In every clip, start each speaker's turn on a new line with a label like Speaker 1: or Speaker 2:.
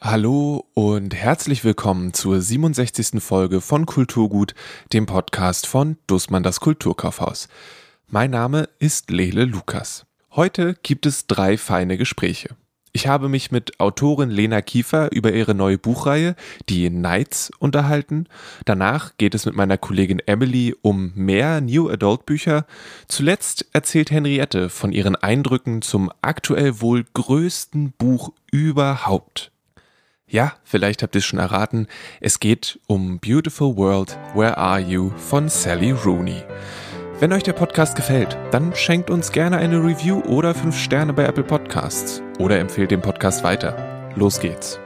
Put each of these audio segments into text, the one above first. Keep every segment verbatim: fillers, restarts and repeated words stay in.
Speaker 1: Hallo und herzlich willkommen zur siebenundsechzigsten Folge von Kulturgut, dem Podcast von Dussmann das Kulturkaufhaus. Mein Name ist Lele Lukas. Heute gibt es drei feine Gespräche. Ich habe mich mit Autorin Lena Kiefer über ihre neue Buchreihe, die Nights, unterhalten. Danach geht es mit meiner Kollegin Emily um mehr New Adult Bücher. Zuletzt erzählt Henriette von ihren Eindrücken zum aktuell wohl größten Buch überhaupt. Ja, vielleicht habt ihr es schon erraten, es geht um Beautiful World, Where Are You von Sally Rooney. Wenn euch der Podcast gefällt, dann schenkt uns gerne eine Review oder fünf Sterne bei Apple Podcasts oder empfehlt den Podcast weiter. Los geht's.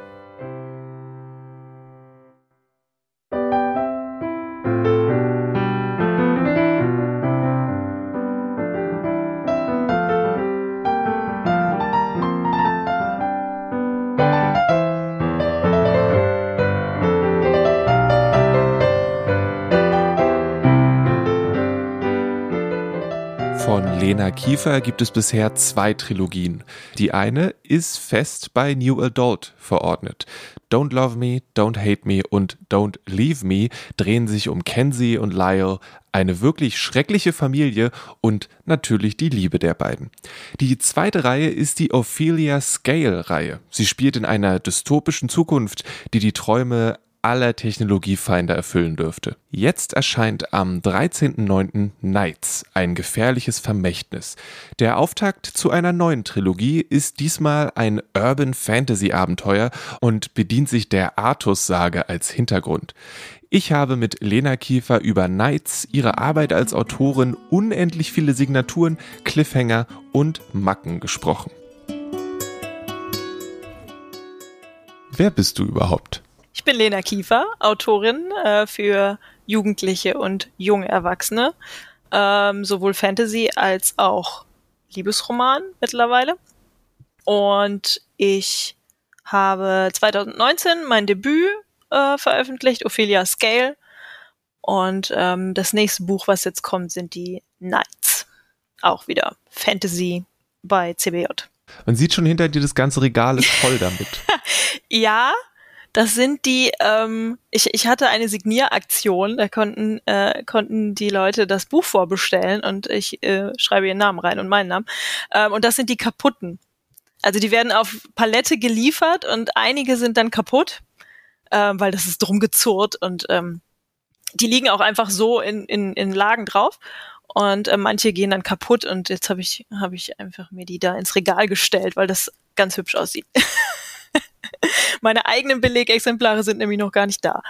Speaker 1: Von Lena Kiefer gibt es bisher zwei Trilogien. Die eine ist fest bei New Adult verordnet. Don't Love Me, Don't Hate Me und Don't Leave Me drehen sich um Kenzie und Lyle, eine wirklich schreckliche Familie und natürlich die Liebe der beiden. Die zweite Reihe ist die Ophelia Scale-Reihe. Sie spielt in einer dystopischen Zukunft, die die Träume aller Technologiefeinde erfüllen dürfte. Jetzt erscheint am dreizehnten neunten Nights, ein gefährliches Vermächtnis. Der Auftakt zu einer neuen Trilogie ist diesmal ein Urban-Fantasy-Abenteuer und bedient sich der Artus-Sage als Hintergrund. Ich habe mit Lena Kiefer über Nights, ihre Arbeit als Autorin, unendlich viele Signaturen, Cliffhanger und Macken gesprochen. Wer bist du überhaupt?
Speaker 2: Ich bin Lena Kiefer, Autorin äh, für Jugendliche und junge Erwachsene, ähm, sowohl Fantasy als auch Liebesroman mittlerweile. Und ich habe zweitausendneunzehn mein Debüt äh, veröffentlicht, Ophelia Scale. Und ähm, das nächste Buch, was jetzt kommt, sind die Nights. Auch wieder Fantasy bei C B J.
Speaker 1: Man sieht schon hinter dir, das ganze Regal ist voll damit.
Speaker 2: Ja. Das sind die, ähm, ich, ich hatte eine Signieraktion, da konnten, äh, konnten die Leute das Buch vorbestellen und ich äh, schreibe ihren Namen rein und meinen Namen. Ähm, und das sind die kaputten. Also die werden auf Palette geliefert und einige sind dann kaputt, ähm, weil das ist drum gezurrt und ähm, die liegen auch einfach so in, in, in Lagen drauf. Und äh, manche gehen dann kaputt und jetzt habe ich, hab ich einfach mir die da ins Regal gestellt, weil das ganz hübsch aussieht. Meine eigenen Belegexemplare sind nämlich noch gar nicht da.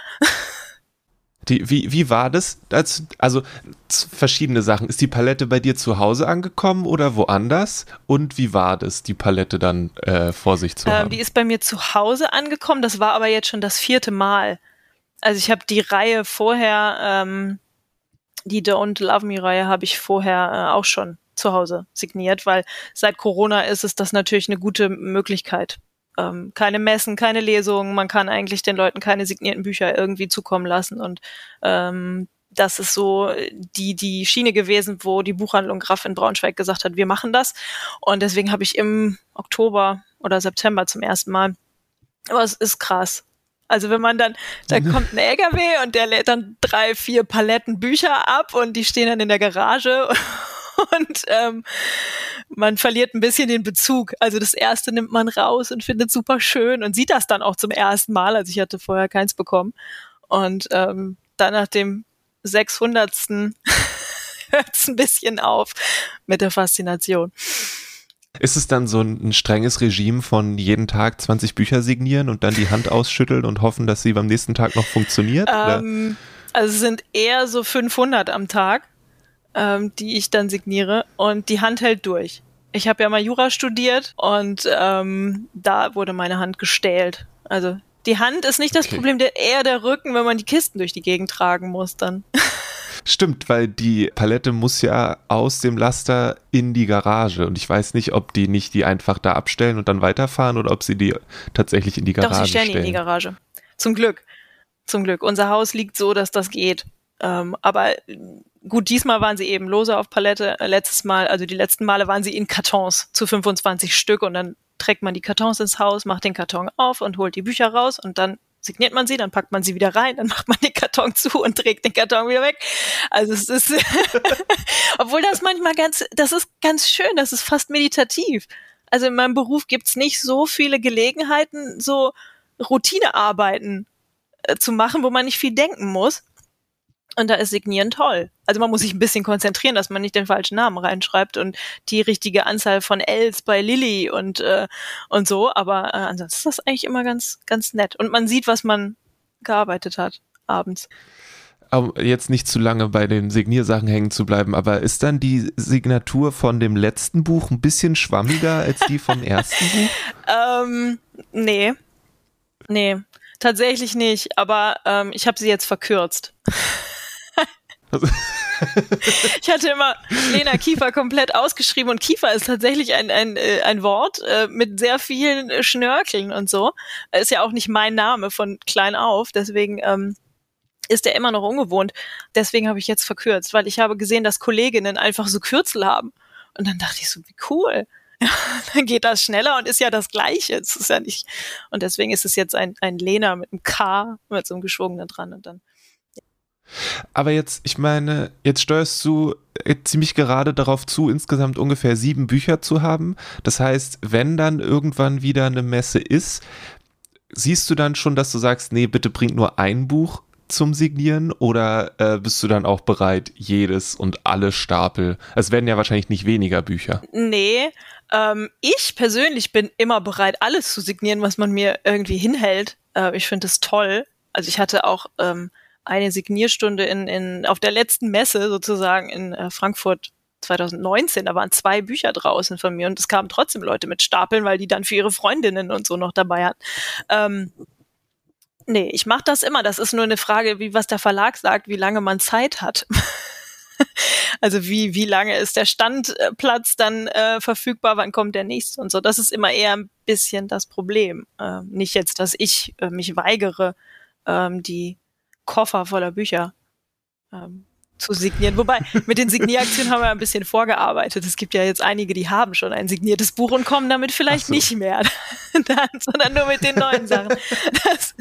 Speaker 1: Die, wie, wie war das? Das? Also verschiedene Sachen. Ist die Palette bei dir zu Hause angekommen oder woanders? Und wie war das, die Palette dann äh, vor sich zu ähm, haben?
Speaker 2: Die ist bei mir zu Hause angekommen. Das war aber jetzt schon das vierte Mal. Also ich habe die Reihe vorher, ähm, die Don't Love Me-Reihe habe ich vorher äh, auch schon zu Hause signiert, weil seit Corona ist es das natürlich eine gute Möglichkeit. Ähm, keine Messen, keine Lesungen, man kann eigentlich den Leuten keine signierten Bücher irgendwie zukommen lassen und ähm, das ist so die die Schiene gewesen, wo die Buchhandlung Graff in Braunschweig gesagt hat, wir machen das und deswegen habe ich im Oktober oder September zum ersten Mal, aber es ist krass. Also wenn man dann, da kommt ein L K W und der lädt dann drei, vier Paletten Bücher ab und die stehen dann in der Garage und ähm, man verliert ein bisschen den Bezug. Also das erste nimmt man raus und findet super schön und sieht das dann auch zum ersten Mal. Also ich hatte vorher keins bekommen. Und ähm, dann nach dem sechshundertsten hört es ein bisschen auf mit der Faszination.
Speaker 1: Ist es dann so ein, ein strenges Regime von jeden Tag zwanzig Bücher signieren und dann die Hand ausschütteln und hoffen, dass sie beim nächsten Tag noch funktioniert?
Speaker 2: Ähm, also es sind eher so fünfhundert am Tag. Ähm, die ich dann signiere und die Hand hält durch. Ich habe ja mal Jura studiert und ähm, da wurde meine Hand gestählt. Also die Hand ist nicht das okay. Problem, der, eher der Rücken, wenn man die Kisten durch die Gegend tragen muss dann.
Speaker 1: Stimmt, weil die Palette muss ja aus dem Laster in die Garage und ich weiß nicht, ob die nicht die einfach da abstellen und dann weiterfahren oder ob sie die tatsächlich in die Garage stellen.
Speaker 2: Doch, sie stellen die in die Garage. Zum Glück. Zum Glück. Unser Haus liegt so, dass das geht. Ähm, aber gut, diesmal waren sie eben lose auf Palette. Letztes Mal, also die letzten Male waren sie in Kartons zu fünfundzwanzig Stück und dann trägt man die Kartons ins Haus, macht den Karton auf und holt die Bücher raus und dann signiert man sie, dann packt man sie wieder rein, dann macht man den Karton zu und trägt den Karton wieder weg. Also es ist, obwohl das manchmal ganz, das ist ganz schön, das ist fast meditativ. Also in meinem Beruf gibt's nicht so viele Gelegenheiten, so Routinearbeiten äh, zu machen, wo man nicht viel denken muss. Und da ist Signieren toll. Also man muss sich ein bisschen konzentrieren, dass man nicht den falschen Namen reinschreibt und die richtige Anzahl von Ls bei Lilly und äh, und so. Aber äh, ansonsten ist das eigentlich immer ganz ganz nett. Und man sieht, was man gearbeitet hat abends.
Speaker 1: Aber jetzt nicht zu lange bei den Signiersachen hängen zu bleiben, aber ist dann die Signatur von dem letzten Buch ein bisschen schwammiger als die vom ersten Buch?
Speaker 2: ähm, nee. Nee, tatsächlich nicht. Aber ähm, ich habe sie jetzt verkürzt. Ich hatte immer Lena Kiefer komplett ausgeschrieben und Kiefer ist tatsächlich ein ein ein Wort äh, mit sehr vielen Schnörkeln und so. Ist ja auch nicht mein Name von klein auf, deswegen ähm, ist der immer noch ungewohnt. Deswegen habe ich jetzt verkürzt, weil ich habe gesehen, dass Kolleginnen einfach so Kürzel haben. Und dann dachte ich so, wie cool. Ja, dann geht das schneller und ist ja das Gleiche. Es ist ja nicht. Und deswegen ist es jetzt ein ein Lena mit einem K, mit so einem geschwungenen dran und dann.
Speaker 1: Aber jetzt, ich meine, jetzt steuerst du ziemlich gerade darauf zu, insgesamt ungefähr sieben Bücher zu haben. Das heißt, wenn dann irgendwann wieder eine Messe ist, siehst du dann schon, dass du sagst, nee, bitte bring nur ein Buch zum Signieren oder äh, bist du dann auch bereit, jedes und alle Stapel? Es werden ja wahrscheinlich nicht weniger Bücher.
Speaker 2: Nee, ähm, ich persönlich bin immer bereit, alles zu signieren, was man mir irgendwie hinhält. Äh, ich finde es toll. Also ich hatte auch ähm, eine Signierstunde in, in, auf der letzten Messe sozusagen in äh, Frankfurt zwanzig neunzehn, da waren zwei Bücher draußen von mir und es kamen trotzdem Leute mit Stapeln, weil die dann für ihre Freundinnen und so noch dabei hatten. Ähm, nee, ich mache das immer. Das ist nur eine Frage, wie was der Verlag sagt, wie lange man Zeit hat. Also wie wie lange ist der Standplatz dann äh, verfügbar, wann kommt der nächste und so. Das ist immer eher ein bisschen das Problem. Ähm, nicht jetzt, dass ich äh, mich weigere, ähm, die Koffer voller Bücher ähm, zu signieren. Wobei, mit den Signieraktionen haben wir ein bisschen vorgearbeitet. Es gibt ja jetzt einige, die haben schon ein signiertes Buch und kommen damit vielleicht so. Nicht mehr, dann, sondern nur mit den neuen Sachen. Das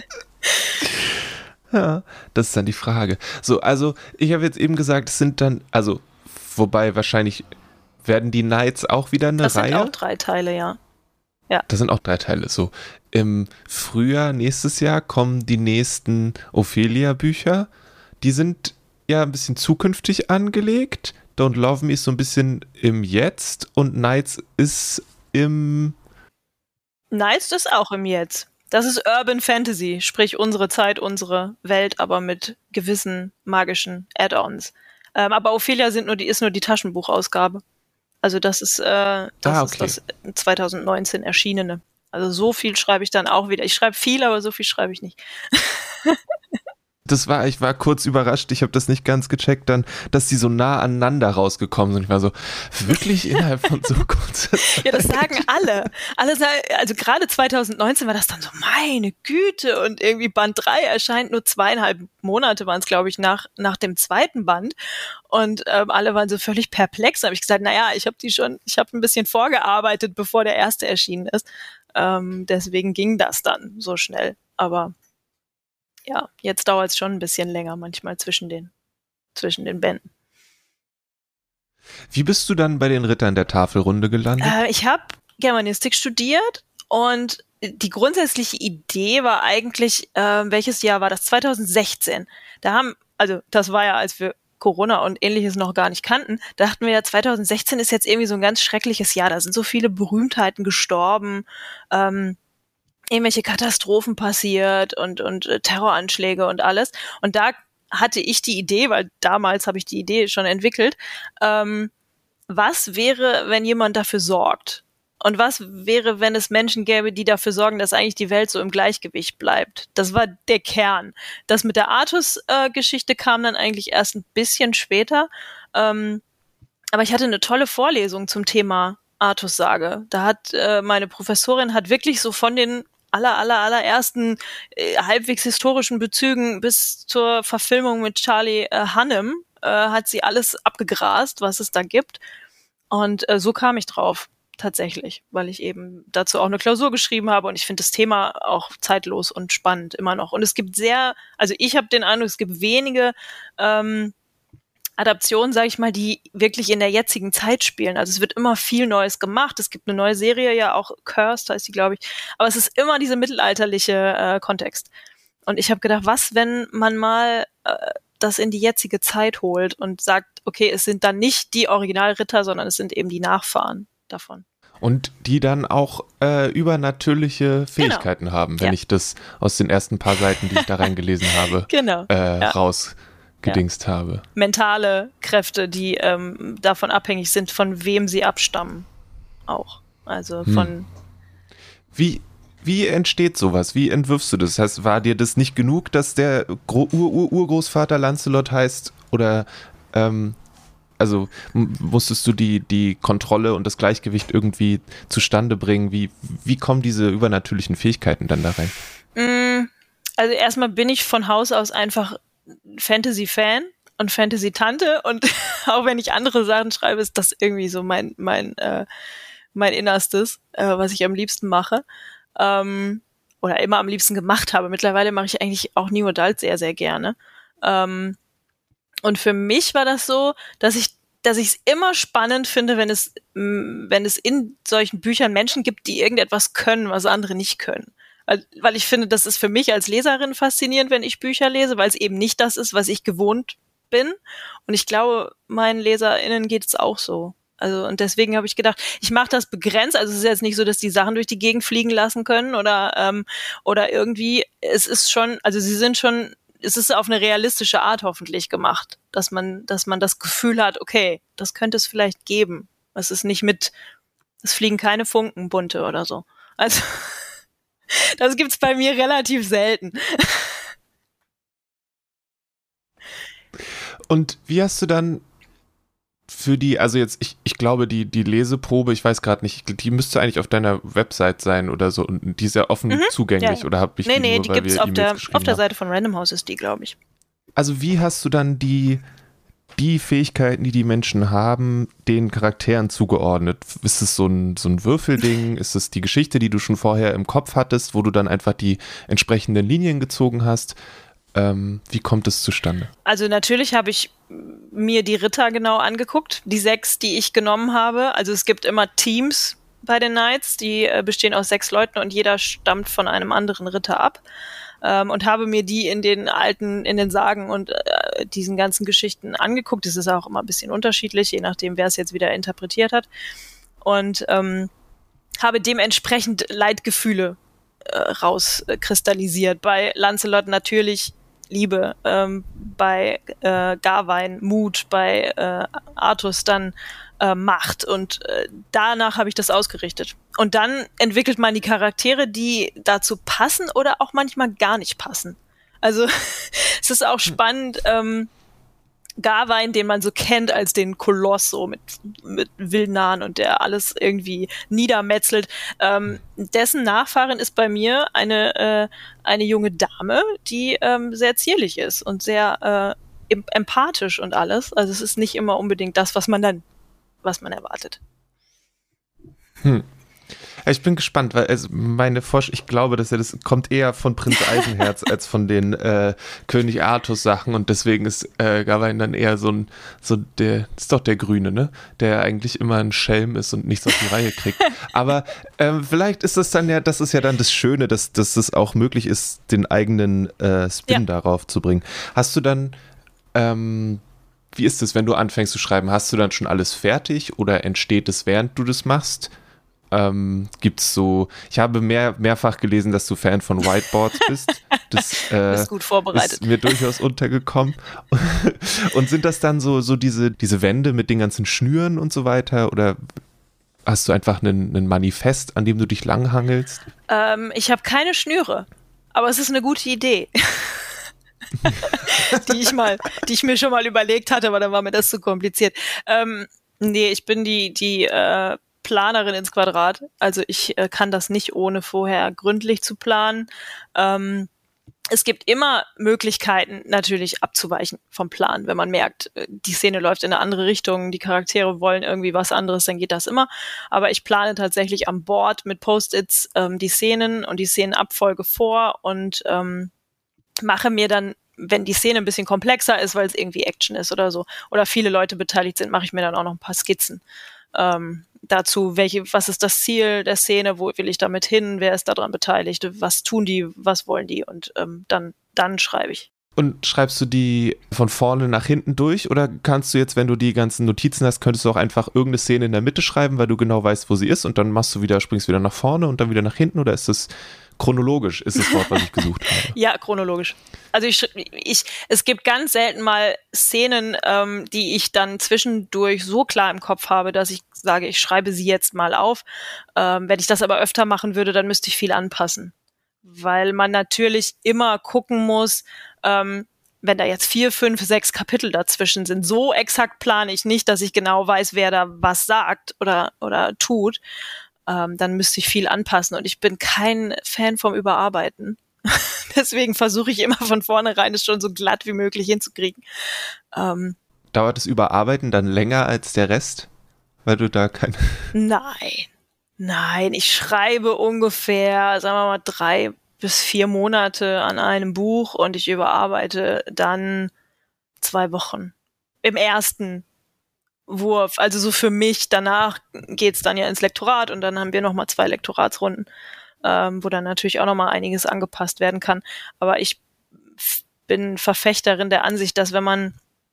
Speaker 1: ja, das ist dann die Frage. So, also ich habe jetzt eben gesagt, es sind dann, also wobei wahrscheinlich werden die Knights auch wieder eine
Speaker 2: das
Speaker 1: Reihe.
Speaker 2: Das sind auch drei Teile, ja. Ja.
Speaker 1: Das sind auch drei Teile. So, im Frühjahr nächstes Jahr kommen die nächsten Ophelia-Bücher. Die sind ja ein bisschen zukünftig angelegt. Don't Love Me ist so ein bisschen im Jetzt und Knights ist im...
Speaker 2: Knights ist auch im Jetzt. Das ist Urban Fantasy, sprich unsere Zeit, unsere Welt, aber mit gewissen magischen Add-ons. Ähm, aber Ophelia sind nur die, ist nur die Taschenbuchausgabe. Also das ist, äh, das,
Speaker 1: ah, okay.
Speaker 2: ist das zwanzig neunzehn erschienene. Also so viel schreibe ich dann auch wieder. Ich schreibe viel, aber so viel schreibe ich nicht.
Speaker 1: Das war, ich war kurz überrascht, ich habe das nicht ganz gecheckt dann, dass die so nah aneinander rausgekommen sind. Ich war so, wirklich innerhalb von so kurzer Zeit?
Speaker 2: Ja, das sagen alle. Alle sagen, also gerade zwanzig neunzehn war das dann so, meine Güte, und irgendwie Band drei erscheint nur zweieinhalb Monate, waren es, glaube ich, nach nach dem zweiten Band. Und ähm, alle waren so völlig perplex. Da habe ich gesagt, naja, ich habe die schon, ich habe ein bisschen vorgearbeitet, bevor der erste erschienen ist. Ähm, deswegen ging das dann so schnell. Aber ja, jetzt dauert es schon ein bisschen länger manchmal zwischen den, zwischen den Bänden.
Speaker 1: Wie bist du dann bei den Rittern der Tafelrunde gelandet?
Speaker 2: Äh, ich habe Germanistik studiert und die grundsätzliche Idee war eigentlich, äh, welches Jahr war das? zwanzig sechzehn. Da haben, also das war ja, als wir Corona und ähnliches noch gar nicht kannten, dachten wir ja, zwanzig sechzehn ist jetzt irgendwie so ein ganz schreckliches Jahr. Da sind so viele Berühmtheiten gestorben, ähm, irgendwelche Katastrophen passiert und und äh, Terroranschläge und alles. Und da hatte ich die Idee, weil damals habe ich die Idee schon entwickelt, ähm, was wäre, wenn jemand dafür sorgt? Und was wäre, wenn es Menschen gäbe, die dafür sorgen, dass eigentlich die Welt so im Gleichgewicht bleibt? Das war der Kern. Das mit der Artus-Geschichte äh, kam dann eigentlich erst ein bisschen später. Ähm, aber ich hatte eine tolle Vorlesung zum Thema Artus-Sage. Da hat äh, meine Professorin hat wirklich so von den aller, aller, allerersten äh, halbwegs historischen Bezügen bis zur Verfilmung mit Charlie äh, Hunnam äh, hat sie alles abgegrast, was es da gibt. Und äh, so kam ich drauf. tatsächlich, weil ich eben dazu auch eine Klausur geschrieben habe und ich finde das Thema auch zeitlos und spannend immer noch. Und es gibt sehr, also ich habe den Eindruck, es gibt wenige ähm, Adaptionen, sage ich mal, die wirklich in der jetzigen Zeit spielen. Also es wird immer viel Neues gemacht. Es gibt eine neue Serie, ja auch Cursed heißt die, glaube ich. Aber es ist immer dieser mittelalterliche äh, Kontext. Und ich habe gedacht, was, wenn man mal äh, das in die jetzige Zeit holt und sagt, okay, es sind dann nicht die Originalritter, sondern es sind eben die Nachfahren davon.
Speaker 1: Und die dann auch äh, übernatürliche Fähigkeiten genau. haben, wenn ja. ich das aus den ersten paar Seiten, die ich da reingelesen habe,
Speaker 2: genau.
Speaker 1: äh,
Speaker 2: ja.
Speaker 1: rausgedingst ja. habe.
Speaker 2: Mentale Kräfte, die ähm, davon abhängig sind, von wem sie abstammen. Auch. Also von... Hm.
Speaker 1: Wie... Wie entsteht sowas? Wie entwirfst du das? Das heißt, war dir das nicht genug, dass der Ur-Ur-Urgroßvater Lancelot heißt? Oder ähm, also musstest du die, die Kontrolle und das Gleichgewicht irgendwie zustande bringen? Wie, wie kommen diese übernatürlichen Fähigkeiten dann da rein?
Speaker 2: Also erstmal bin ich von Haus aus einfach Fantasy-Fan und Fantasy-Tante und auch wenn ich andere Sachen schreibe, ist das irgendwie so mein, mein, äh, mein Innerstes, äh, was ich am liebsten mache. Ähm, oder immer am liebsten gemacht habe. Mittlerweile mache ich eigentlich auch New Adult sehr, sehr gerne. Ähm, und für mich war das so, dass ich dass ich es immer spannend finde, wenn es wenn es in solchen Büchern Menschen gibt, die irgendetwas können, was andere nicht können. Weil, weil ich finde, das ist für mich als Leserin faszinierend, wenn ich Bücher lese, weil es eben nicht das ist, was ich gewohnt bin. Und ich glaube, meinen LeserInnen geht es auch so. Also und deswegen habe ich gedacht, ich mache das begrenzt. Also es ist jetzt nicht so, dass die Sachen durch die Gegend fliegen lassen können oder ähm, oder irgendwie. Es ist schon, also sie sind schon, es ist auf eine realistische Art hoffentlich gemacht, dass man, dass man das Gefühl hat, okay, das könnte es vielleicht geben. Es ist nicht mit, es fliegen keine Funken bunte oder so. Also das gibt's bei mir relativ selten.
Speaker 1: Und wie hast du dann für die, also jetzt, ich, ich glaube, die, die Leseprobe, ich weiß gerade nicht, die müsste eigentlich auf deiner Website sein oder so und die ist ja offen mhm, zugänglich ja. oder habe ich
Speaker 2: nee,
Speaker 1: die
Speaker 2: nee,
Speaker 1: nur,
Speaker 2: die
Speaker 1: weil
Speaker 2: gibt's
Speaker 1: wir
Speaker 2: auf der, auf der
Speaker 1: haben?
Speaker 2: Seite von Random House ist die, glaube ich.
Speaker 1: Also wie hast du dann die, die Fähigkeiten, die die Menschen haben, den Charakteren zugeordnet? Ist es so ein, so ein Würfelding? Ist es die Geschichte, die du schon vorher im Kopf hattest, wo du dann einfach die entsprechenden Linien gezogen hast? Ähm, wie kommt es zustande?
Speaker 2: Also natürlich habe ich mir die Ritter genau angeguckt, die sechs, die ich genommen habe. Also es gibt immer Teams bei den Knights, die äh, bestehen aus sechs Leuten und jeder stammt von einem anderen Ritter ab. Ähm, und habe mir die in den alten, in den Sagen und äh, diesen ganzen Geschichten angeguckt. Das ist auch immer ein bisschen unterschiedlich, je nachdem, wer es jetzt wieder interpretiert hat. Und ähm, habe dementsprechend Leitgefühle äh, rauskristallisiert. Bei Lancelot natürlich Liebe, ähm, bei äh, Gawain Mut, bei äh, Artus dann äh, Macht und äh, danach habe ich das ausgerichtet. Und dann entwickelt man die Charaktere, die dazu passen oder auch manchmal gar nicht passen. Also es ist auch spannend, ähm, Gawain, den man so kennt als den Koloss, so mit, mit Wildnahen und der alles irgendwie niedermetzelt. Ähm, dessen Nachfahrin ist bei mir eine, äh, eine junge Dame, die ähm, sehr zierlich ist und sehr äh, empathisch und alles. Also es ist nicht immer unbedingt das, was man dann, was man erwartet.
Speaker 1: Hm. Ich bin gespannt, weil also meine Forschung, ich glaube, dass er das kommt eher von Prinz Eisenherz als von den äh, König Artus Sachen und deswegen ist äh, Gawain dann eher so ein, so der, ist doch der Grüne, ne? Der eigentlich immer ein Schelm ist und nichts auf die Reihe kriegt. Aber ähm, vielleicht ist das dann ja, das ist ja dann das Schöne, dass, dass es auch möglich ist, den eigenen äh, Spin ja. darauf zu bringen. Hast du dann, ähm, wie ist es, wenn du anfängst zu schreiben? Hast du dann schon alles fertig oder entsteht es, während du das machst? Ähm, gibt's so, ich habe mehr, mehrfach gelesen, dass du Fan von Whiteboards bist. Das äh,
Speaker 2: bist gut vorbereitet.
Speaker 1: Ist mir durchaus untergekommen. Und sind das dann so, so diese, diese Wände mit den ganzen Schnüren und so weiter? Oder hast du einfach einen, einen Manifest, an dem du dich langhangelst?
Speaker 2: Ähm, ich habe keine Schnüre, aber es ist eine gute Idee. die ich mal, die ich mir schon mal überlegt hatte, aber dann war mir das zu kompliziert. Ähm, nee, ich bin die, die äh, Planerin ins Quadrat. Also ich äh, kann das nicht, ohne vorher gründlich zu planen. Ähm, es gibt immer Möglichkeiten, natürlich abzuweichen vom Plan. Wenn man merkt, die Szene läuft in eine andere Richtung, die Charaktere wollen irgendwie was anderes, dann geht das immer. Aber ich plane tatsächlich am Board mit Post-its ähm, die Szenen und die Szenenabfolge vor und ähm, mache mir dann, wenn die Szene ein bisschen komplexer ist, weil es irgendwie Action ist oder so, oder viele Leute beteiligt sind, mache ich mir dann auch noch ein paar Skizzen. Ähm, dazu, welche, was ist das Ziel der Szene, wo will ich damit hin, wer ist daran beteiligt, was tun die, was wollen die und ähm, dann, dann schreibe ich.
Speaker 1: Und schreibst du die von vorne nach hinten durch oder kannst du jetzt, wenn du die ganzen Notizen hast, könntest du auch einfach irgendeine Szene in der Mitte schreiben, weil du genau weißt, wo sie ist und dann machst du wieder, springst wieder nach vorne und dann wieder nach hinten oder ist das chronologisch, ist das Wort, was ich gesucht habe?
Speaker 2: Ja, chronologisch. Also ich, ich, es gibt ganz selten mal Szenen, ähm, die ich dann zwischendurch so klar im Kopf habe, dass ich sage, ich schreibe sie jetzt mal auf. Ähm, wenn ich das aber öfter machen würde, dann müsste ich viel anpassen. Weil man natürlich immer gucken muss, ähm, wenn da jetzt vier, fünf, sechs Kapitel dazwischen sind, so exakt plane ich nicht, dass ich genau weiß, wer da was sagt oder, oder tut. Ähm, dann müsste ich viel anpassen und ich bin kein Fan vom Überarbeiten. Deswegen versuche ich immer von vornherein, es schon so glatt wie möglich hinzukriegen. Ähm,
Speaker 1: Dauert das Überarbeiten dann länger als der Rest? Weil du da kein...
Speaker 2: Nein, nein, ich schreibe ungefähr, sagen wir mal, drei bis vier Monate an einem Buch und ich überarbeite dann zwei Wochen. Im ersten Wurf, also so für mich, danach geht's dann ja ins Lektorat und dann haben wir nochmal zwei Lektoratsrunden, ähm, wo dann natürlich auch nochmal einiges angepasst werden kann. Aber ich f- bin Verfechterin der Ansicht, dass wenn man,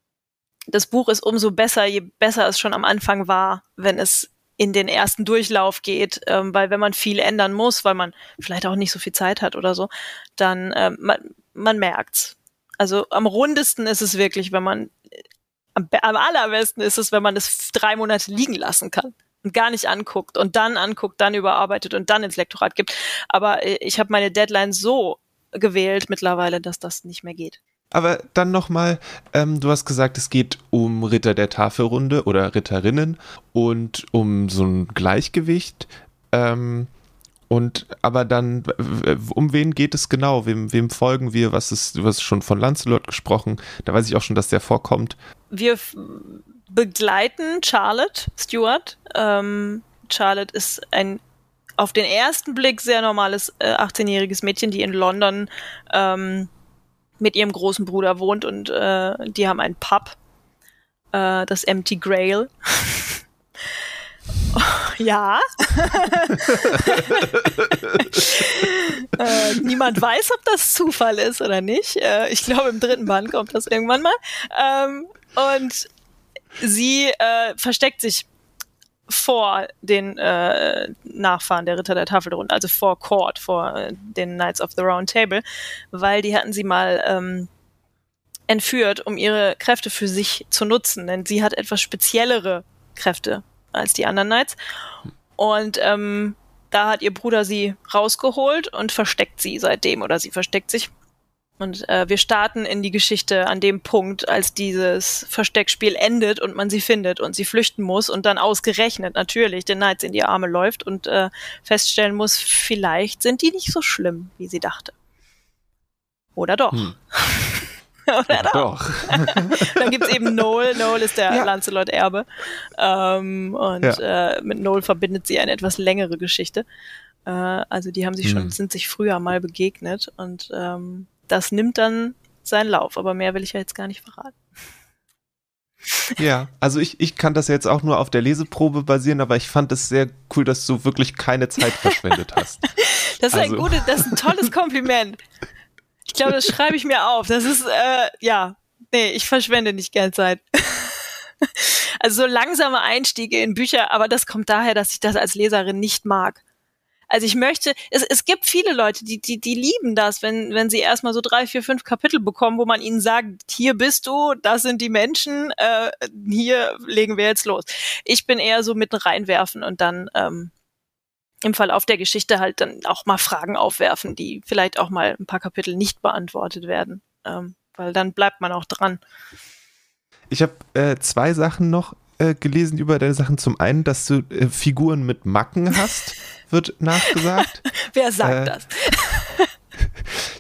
Speaker 2: das Buch ist umso besser, je besser es schon am Anfang war, wenn es in den ersten Durchlauf geht, ähm, weil wenn man viel ändern muss, weil man vielleicht auch nicht so viel Zeit hat oder so, dann ähm, man, man merkt's. Also am rundesten ist es wirklich, wenn man Am, am allerbesten ist es, wenn man es drei Monate liegen lassen kann und gar nicht anguckt und dann anguckt, dann überarbeitet und dann ins Lektorat gibt. Aber ich habe meine Deadline so gewählt mittlerweile, dass das nicht mehr geht.
Speaker 1: Aber dann nochmal, ähm, du hast gesagt, es geht um Ritter der Tafelrunde oder Ritterinnen und um so ein Gleichgewicht. Ähm, und aber dann, um wen geht es genau? Wem, wem folgen wir? Was ist, du hast schon von Lancelot gesprochen, da weiß ich auch schon, dass der vorkommt.
Speaker 2: Wir f- begleiten Charlotte Stewart. Ähm, Charlotte ist ein auf den ersten Blick sehr normales äh, achtzehnjähriges Mädchen, die in London ähm, mit ihrem großen Bruder wohnt und äh, die haben einen Pub, äh, das Empty Grail. Ja. äh, niemand weiß, ob das Zufall ist oder nicht. Äh, ich glaube, im dritten Band kommt das irgendwann mal. Ähm, und sie äh, versteckt sich vor den äh, Nachfahren der Ritter der Tafelrunde, also vor Court, vor äh, den Knights of the Round Table, weil die hatten sie mal ähm, entführt, um ihre Kräfte für sich zu nutzen, denn sie hat etwas speziellere Kräfte als die anderen Knights. Und ähm, da hat ihr Bruder sie rausgeholt und versteckt sie seitdem, oder sie versteckt sich. Und äh, wir starten in die Geschichte an dem Punkt, als dieses Versteckspiel endet und man sie findet und sie flüchten muss und dann ausgerechnet natürlich den Knights in die Arme läuft und äh, feststellen muss, vielleicht sind die nicht so schlimm, wie sie dachte. Oder doch. Hm. Oder doch. doch. Dann gibt's eben Noel. Noel ist der ja. Lancelot-Erbe. Ähm, und ja. äh, mit Noel verbindet sie eine etwas längere Geschichte. Äh, also die haben sich schon, hm. sind sich früher mal begegnet und ähm, das nimmt dann seinen Lauf. Aber mehr will ich ja jetzt gar nicht verraten.
Speaker 1: Ja, also ich, ich kann das jetzt auch nur auf der Leseprobe basieren, aber ich fand es sehr cool, dass du wirklich keine Zeit verschwendet hast.
Speaker 2: Das ist also. ein gutes, das ist ein tolles Kompliment. Ich glaube, das schreibe ich mir auf. Das ist, äh, ja, nee, ich verschwende nicht gern Zeit. Also so langsame Einstiege in Bücher, aber das kommt daher, dass ich das als Leserin nicht mag. Also ich möchte, es, es gibt viele Leute, die, die, die lieben das, wenn, wenn sie erstmal so drei, vier, fünf Kapitel bekommen, wo man ihnen sagt, hier bist du, das sind die Menschen, äh, hier legen wir jetzt los. Ich bin eher so mit reinwerfen und dann ähm, im Verlauf der Geschichte halt dann auch mal Fragen aufwerfen, die vielleicht auch mal ein paar Kapitel nicht beantwortet werden, ähm, weil dann bleibt man auch dran.
Speaker 1: Ich habe äh, zwei Sachen noch äh, gelesen über deine Sachen. Zum einen, dass du äh, Figuren mit Macken hast, wird nachgesagt.
Speaker 2: Wer sagt
Speaker 1: äh,
Speaker 2: das?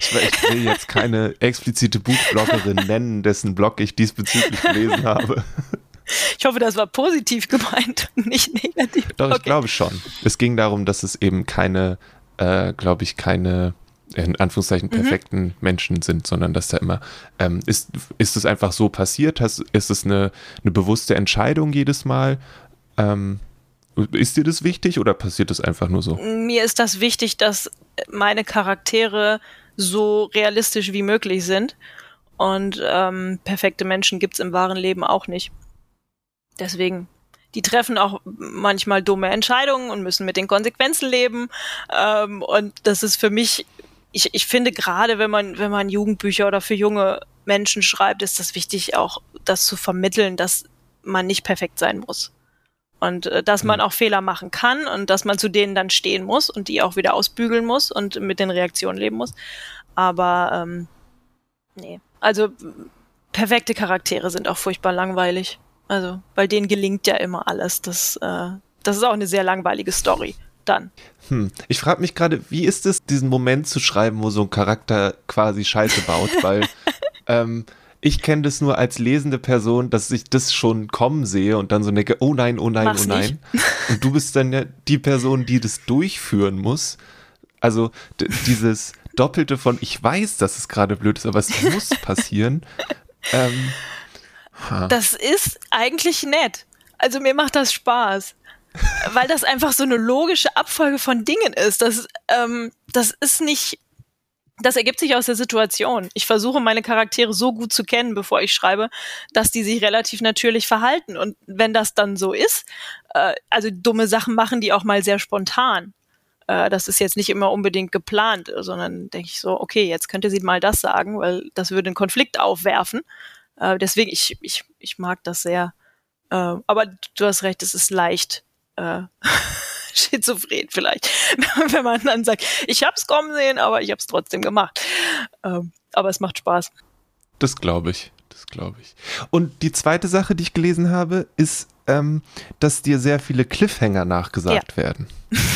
Speaker 1: Ich, ich will jetzt keine explizite Buchbloggerin nennen, dessen Blog ich diesbezüglich gelesen habe.
Speaker 2: Ich hoffe, das war positiv gemeint und nicht negativ.
Speaker 1: Doch, ich
Speaker 2: okay.
Speaker 1: glaube schon. Es ging darum, dass es eben keine, äh, glaube ich, keine in Anführungszeichen perfekten mhm. Menschen sind, sondern dass da immer, ähm, ist, ist es einfach so passiert? Hast, ist es eine, eine bewusste Entscheidung jedes Mal? Ähm, ist dir das wichtig oder passiert das einfach nur so?
Speaker 2: Mir ist das wichtig, dass meine Charaktere so realistisch wie möglich sind und ähm, perfekte Menschen gibt's im wahren Leben auch nicht. Deswegen, die treffen auch manchmal dumme Entscheidungen und müssen mit den Konsequenzen leben ähm, und das ist für mich Ich, ich finde gerade, wenn man, wenn man Jugendbücher oder für junge Menschen schreibt, ist das wichtig, auch das zu vermitteln, dass man nicht perfekt sein muss. Und äh, dass man auch Fehler machen kann und dass man zu denen dann stehen muss und die auch wieder ausbügeln muss und mit den Reaktionen leben muss. Aber ähm, nee, also perfekte Charaktere sind auch furchtbar langweilig. Also, weil denen gelingt ja immer alles. Das, äh, das ist auch eine sehr langweilige Story. Dann.
Speaker 1: Hm. Ich frage mich gerade, wie ist es, diesen Moment zu schreiben, wo so ein Charakter quasi Scheiße baut, weil ähm, ich kenne das nur als lesende Person, dass ich das schon kommen sehe und dann so denke, oh nein, oh nein,
Speaker 2: Mach's
Speaker 1: oh nein.
Speaker 2: nicht.
Speaker 1: Und du bist dann ja die Person, die das durchführen muss. Also d- dieses Doppelte von, ich weiß, dass es gerade blöd ist, aber es muss passieren. ähm,
Speaker 2: das ist eigentlich nett. Also mir macht das Spaß. Weil das einfach so eine logische Abfolge von Dingen ist. Das, ähm, das ist nicht, das ergibt sich aus der Situation. Ich versuche, meine Charaktere so gut zu kennen, bevor ich schreibe, dass die sich relativ natürlich verhalten. Und wenn das dann so ist, äh, also dumme Sachen machen die auch mal sehr spontan. Äh, das ist jetzt nicht immer unbedingt geplant, sondern denke ich so, okay, jetzt könnte sie mal das sagen, weil das würde einen Konflikt aufwerfen. Äh, deswegen, ich, ich, ich mag das sehr. Äh, aber du hast recht, es ist leicht. Äh, schizophren vielleicht, wenn man dann sagt, ich hab's kommen sehen, aber ich hab's trotzdem gemacht. Ähm, aber es macht Spaß.
Speaker 1: Das glaube ich, das glaube ich. Und die zweite Sache, die ich gelesen habe, ist, ähm, dass dir sehr viele Cliffhanger nachgesagt ja. werden.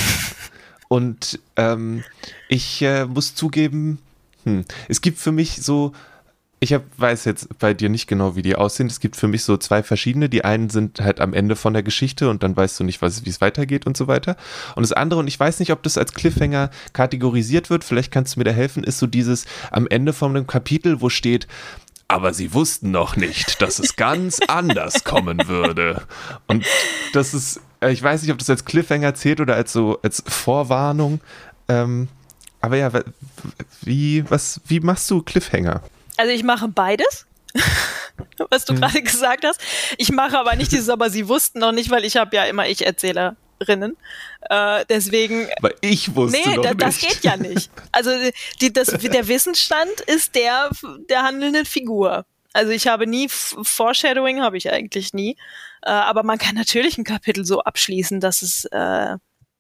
Speaker 1: Und ähm, ich äh, muss zugeben, hm, es gibt für mich so, ich hab, weiß jetzt bei dir nicht genau, wie die aussehen. Es gibt für mich so zwei verschiedene. Die einen sind halt am Ende von der Geschichte und dann weißt du nicht, was, wie es weitergeht und so weiter. Und das andere, und ich weiß nicht, ob das als Cliffhanger kategorisiert wird, vielleicht kannst du mir da helfen, ist so dieses am Ende von einem Kapitel, wo steht, aber sie wussten noch nicht, dass es ganz anders kommen würde. Und das ist, ich weiß nicht, ob das als Cliffhanger zählt oder als so als Vorwarnung. Ähm, aber ja, wie, was, wie machst du Cliffhanger?
Speaker 2: Also ich mache beides, was du
Speaker 1: mhm.
Speaker 2: gerade gesagt hast. Ich mache aber nicht dieses, aber sie wussten noch nicht, weil ich habe ja immer Ich-Erzählerinnen. Äh, deswegen.
Speaker 1: Aber ich wusste
Speaker 2: nee,
Speaker 1: noch
Speaker 2: da,
Speaker 1: nicht.
Speaker 2: das geht ja nicht. Also die, das, der Wissensstand ist der der handelnden Figur. Also ich habe nie, Foreshadowing habe ich eigentlich nie. Äh, aber man kann natürlich ein Kapitel so abschließen, dass es äh,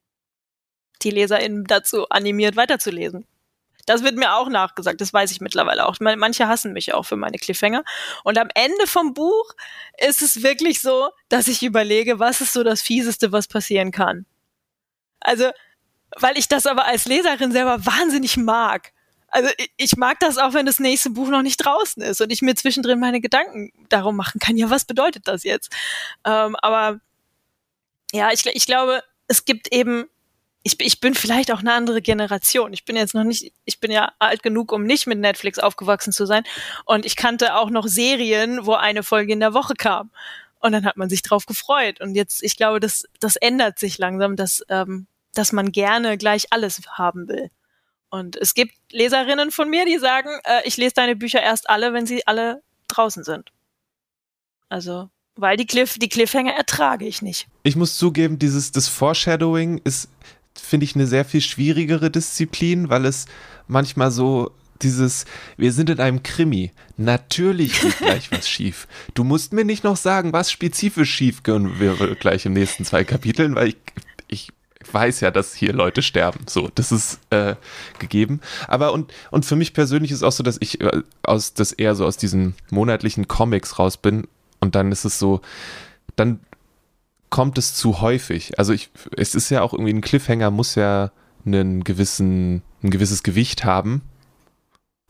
Speaker 2: die LeserInnen dazu animiert, weiterzulesen. Das wird mir auch nachgesagt, das weiß ich mittlerweile auch. Manche hassen mich auch für meine Cliffhanger. Und am Ende vom Buch ist es wirklich so, dass ich überlege, was ist so das Fieseste, was passieren kann. Also, weil ich das aber als Leserin selber wahnsinnig mag. Also ich mag das auch, wenn das nächste Buch noch nicht draußen ist und ich mir zwischendrin meine Gedanken darum machen kann, ja, was bedeutet das jetzt? Ähm, aber ja, ich, ich glaube, es gibt eben Ich, ich bin vielleicht auch eine andere Generation. Ich bin jetzt noch nicht, ich bin ja alt genug, um nicht mit Netflix aufgewachsen zu sein. Und ich kannte auch noch Serien, wo eine Folge in der Woche kam. Und dann hat man sich drauf gefreut. Und jetzt, ich glaube, das, das ändert sich langsam, dass, ähm, dass man gerne gleich alles haben will. Und es gibt Leserinnen von mir, die sagen, äh, ich lese deine Bücher erst alle, wenn sie alle draußen sind. Also, weil die Cliff, die Cliffhanger ertrage ich nicht.
Speaker 1: Ich muss zugeben, dieses, das Foreshadowing ist, finde ich, eine sehr viel schwierigere Disziplin, weil es manchmal so dieses, wir sind in einem Krimi, natürlich geht gleich was schief. Du musst mir nicht noch sagen, was spezifisch schief gehen wir gleich im nächsten zwei Kapiteln, weil ich, ich weiß ja, dass hier Leute sterben. So, das ist äh, gegeben. Aber und, und für mich persönlich ist auch so, dass ich äh, aus das eher so aus diesen monatlichen Comics raus bin und dann ist es so, dann kommt es zu häufig. Also ich, es ist ja auch irgendwie ein Cliffhanger, muss ja einen gewissen, ein gewisses Gewicht haben.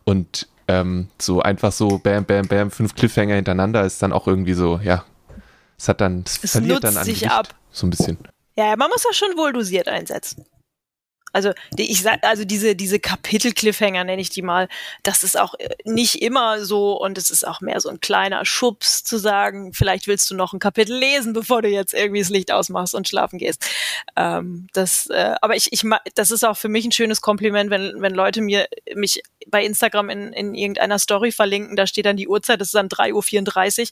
Speaker 1: Und ähm, so einfach so bam, bam, bam, fünf Cliffhanger hintereinander ist dann auch irgendwie so, ja, es hat dann, es,
Speaker 2: es
Speaker 1: verliert
Speaker 2: nutzt
Speaker 1: dann an
Speaker 2: sich
Speaker 1: Gewicht,
Speaker 2: ab.
Speaker 1: So ein bisschen.
Speaker 2: Ja, man muss das schon wohl dosiert einsetzen. Also die, ich sag, also diese diese Kapitel-Cliffhanger nenne ich die mal. Das ist auch nicht immer so und es ist auch mehr so ein kleiner Schubs zu sagen, vielleicht willst du noch ein Kapitel lesen, bevor du jetzt irgendwie das Licht ausmachst und schlafen gehst. Ähm, das, äh, aber ich ich das ist auch für mich ein schönes Kompliment, wenn wenn Leute mir mich bei Instagram in in irgendeiner Story verlinken. Da steht dann die Uhrzeit, das ist dann drei Uhr vierunddreißig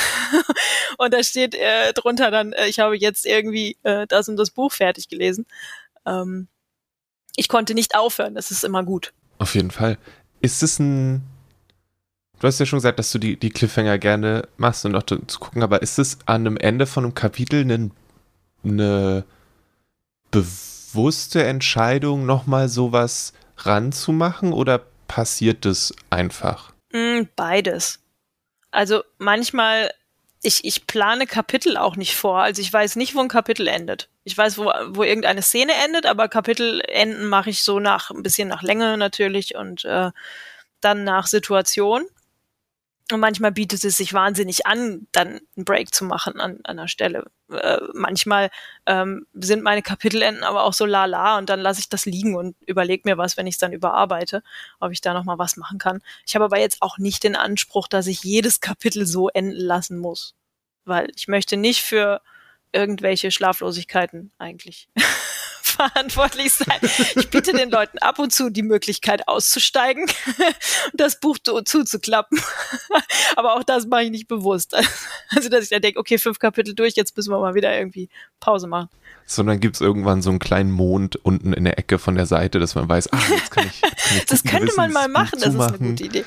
Speaker 2: und da steht äh, drunter dann, äh, ich habe jetzt irgendwie äh, das und das Buch fertig gelesen. Ähm, Ich konnte nicht aufhören, das ist immer gut.
Speaker 1: Auf jeden Fall. Ist es ein, du hast ja schon gesagt, dass du die, die Cliffhanger gerne machst und auch zu, zu gucken, aber ist es an einem Ende von einem Kapitel eine, eine bewusste Entscheidung, nochmal sowas ranzumachen oder passiert das einfach?
Speaker 2: Mm, beides. Also manchmal, ich, ich plane Kapitel auch nicht vor, also ich weiß nicht, wo ein Kapitel endet. Ich weiß, wo, wo irgendeine Szene endet, aber Kapitelenden mache ich so nach ein bisschen nach Länge natürlich und äh, dann nach Situation. Und manchmal bietet es sich wahnsinnig an, dann einen Break zu machen an, an einer Stelle. Äh, manchmal ähm, sind meine Kapitelenden aber auch so lala und dann lasse ich das liegen und überlege mir was, wenn ich es dann überarbeite, ob ich da nochmal was machen kann. Ich habe aber jetzt auch nicht den Anspruch, dass ich jedes Kapitel so enden lassen muss. Weil ich möchte nicht für irgendwelche Schlaflosigkeiten eigentlich verantwortlich sein. Ich biete den Leuten ab und zu die Möglichkeit auszusteigen und das Buch zuzuklappen. Aber auch das mache ich nicht bewusst. Also, dass ich dann denke, okay, fünf Kapitel durch, jetzt müssen wir mal wieder irgendwie Pause machen.
Speaker 1: Sondern gibt es irgendwann so einen kleinen Mond unten in der Ecke von der Seite, dass man weiß, ah, jetzt kann ich, jetzt kann ich
Speaker 2: das könnte man mal machen, das ist eine gute Idee.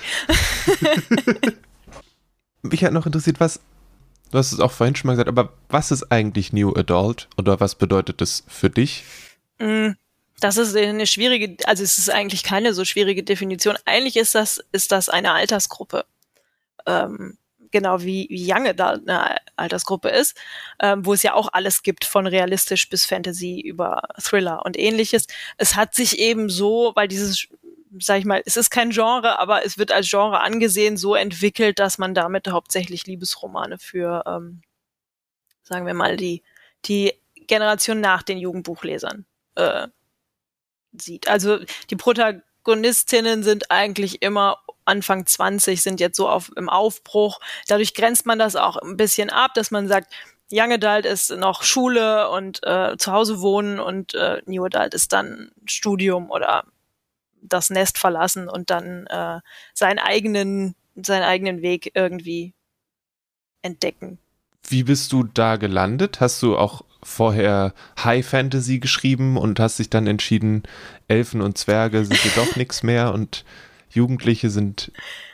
Speaker 1: Mich hat noch interessiert, was, du hast es auch vorhin schon mal gesagt, aber was ist eigentlich New Adult oder was bedeutet das für dich?
Speaker 2: Das ist eine schwierige, also es ist eigentlich keine so schwierige Definition. Eigentlich ist das, ist das eine Altersgruppe. Ähm, genau wie, wie Young Adult eine Altersgruppe ist, ähm, wo es ja auch alles gibt, von realistisch bis Fantasy über Thriller und ähnliches. Es hat sich eben so, weil dieses, sag ich mal, es ist kein Genre, aber es wird als Genre angesehen, so entwickelt, dass man damit hauptsächlich Liebesromane für, ähm, sagen wir mal, die, die Generation nach den Jugendbuchlesern äh, sieht. Also die Protagonistinnen sind eigentlich immer Anfang zwanzig, sind jetzt so auf, im Aufbruch. Dadurch grenzt man das auch ein bisschen ab, dass man sagt, Young Adult ist noch Schule und äh, zu Hause wohnen und äh, New Adult ist dann Studium oder das Nest verlassen und dann äh, seinen eigenen, seinen eigenen Weg irgendwie entdecken.
Speaker 1: Wie bist du da gelandet? Hast du auch vorher High Fantasy geschrieben und hast dich dann entschieden, Elfen und Zwerge sind dir doch nichts mehr und Jugendliche sind...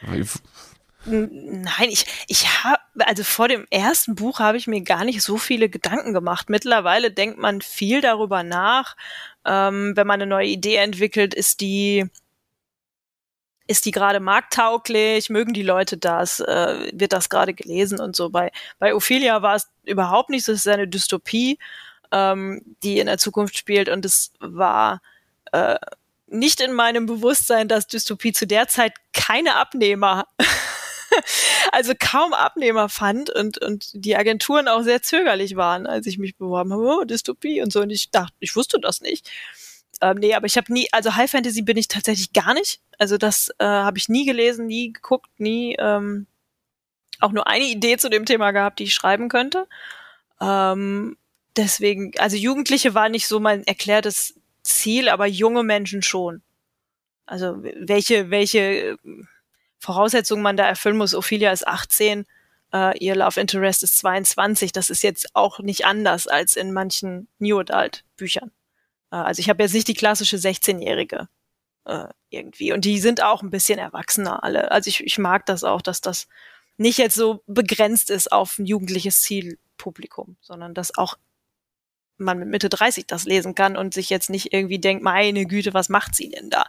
Speaker 2: Nein, ich, ich habe, also vor dem ersten Buch habe ich mir gar nicht so viele Gedanken gemacht. Mittlerweile denkt man viel darüber nach. Ähm, wenn man eine neue Idee entwickelt, ist die, ist die gerade markttauglich? Mögen die Leute das? Äh, wird das gerade gelesen und so? Bei, bei Ophelia war es überhaupt nicht so. Es ist eine Dystopie, ähm, die in der Zukunft spielt und es war äh, nicht in meinem Bewusstsein, dass Dystopie zu der Zeit keine Abnehmer also kaum Abnehmer fand und, und die Agenturen auch sehr zögerlich waren, als ich mich beworben habe, oh, Dystopie und so. Und ich dachte, ich wusste das nicht. Ähm, nee, aber ich habe nie, also High Fantasy bin ich tatsächlich gar nicht. Also das äh, habe ich nie gelesen, nie geguckt, nie ähm, auch nur eine Idee zu dem Thema gehabt, die ich schreiben könnte. Ähm, deswegen, also Jugendliche war nicht so mein erklärtes Ziel, aber junge Menschen schon. Also welche, welche Voraussetzungen man da erfüllen muss. Ophelia ist achtzehn, äh, ihr Love Interest ist zweiundzwanzig. Das ist jetzt auch nicht anders als in manchen New Adult Büchern. Äh, also ich habe jetzt nicht die klassische sechzehnjährige äh, irgendwie. Und die sind auch ein bisschen erwachsener alle. Also ich, ich mag das auch, dass das nicht jetzt so begrenzt ist auf ein jugendliches Zielpublikum, sondern dass auch man mit Mitte dreißig das lesen kann und sich jetzt nicht irgendwie denkt, meine Güte, was macht sie denn da?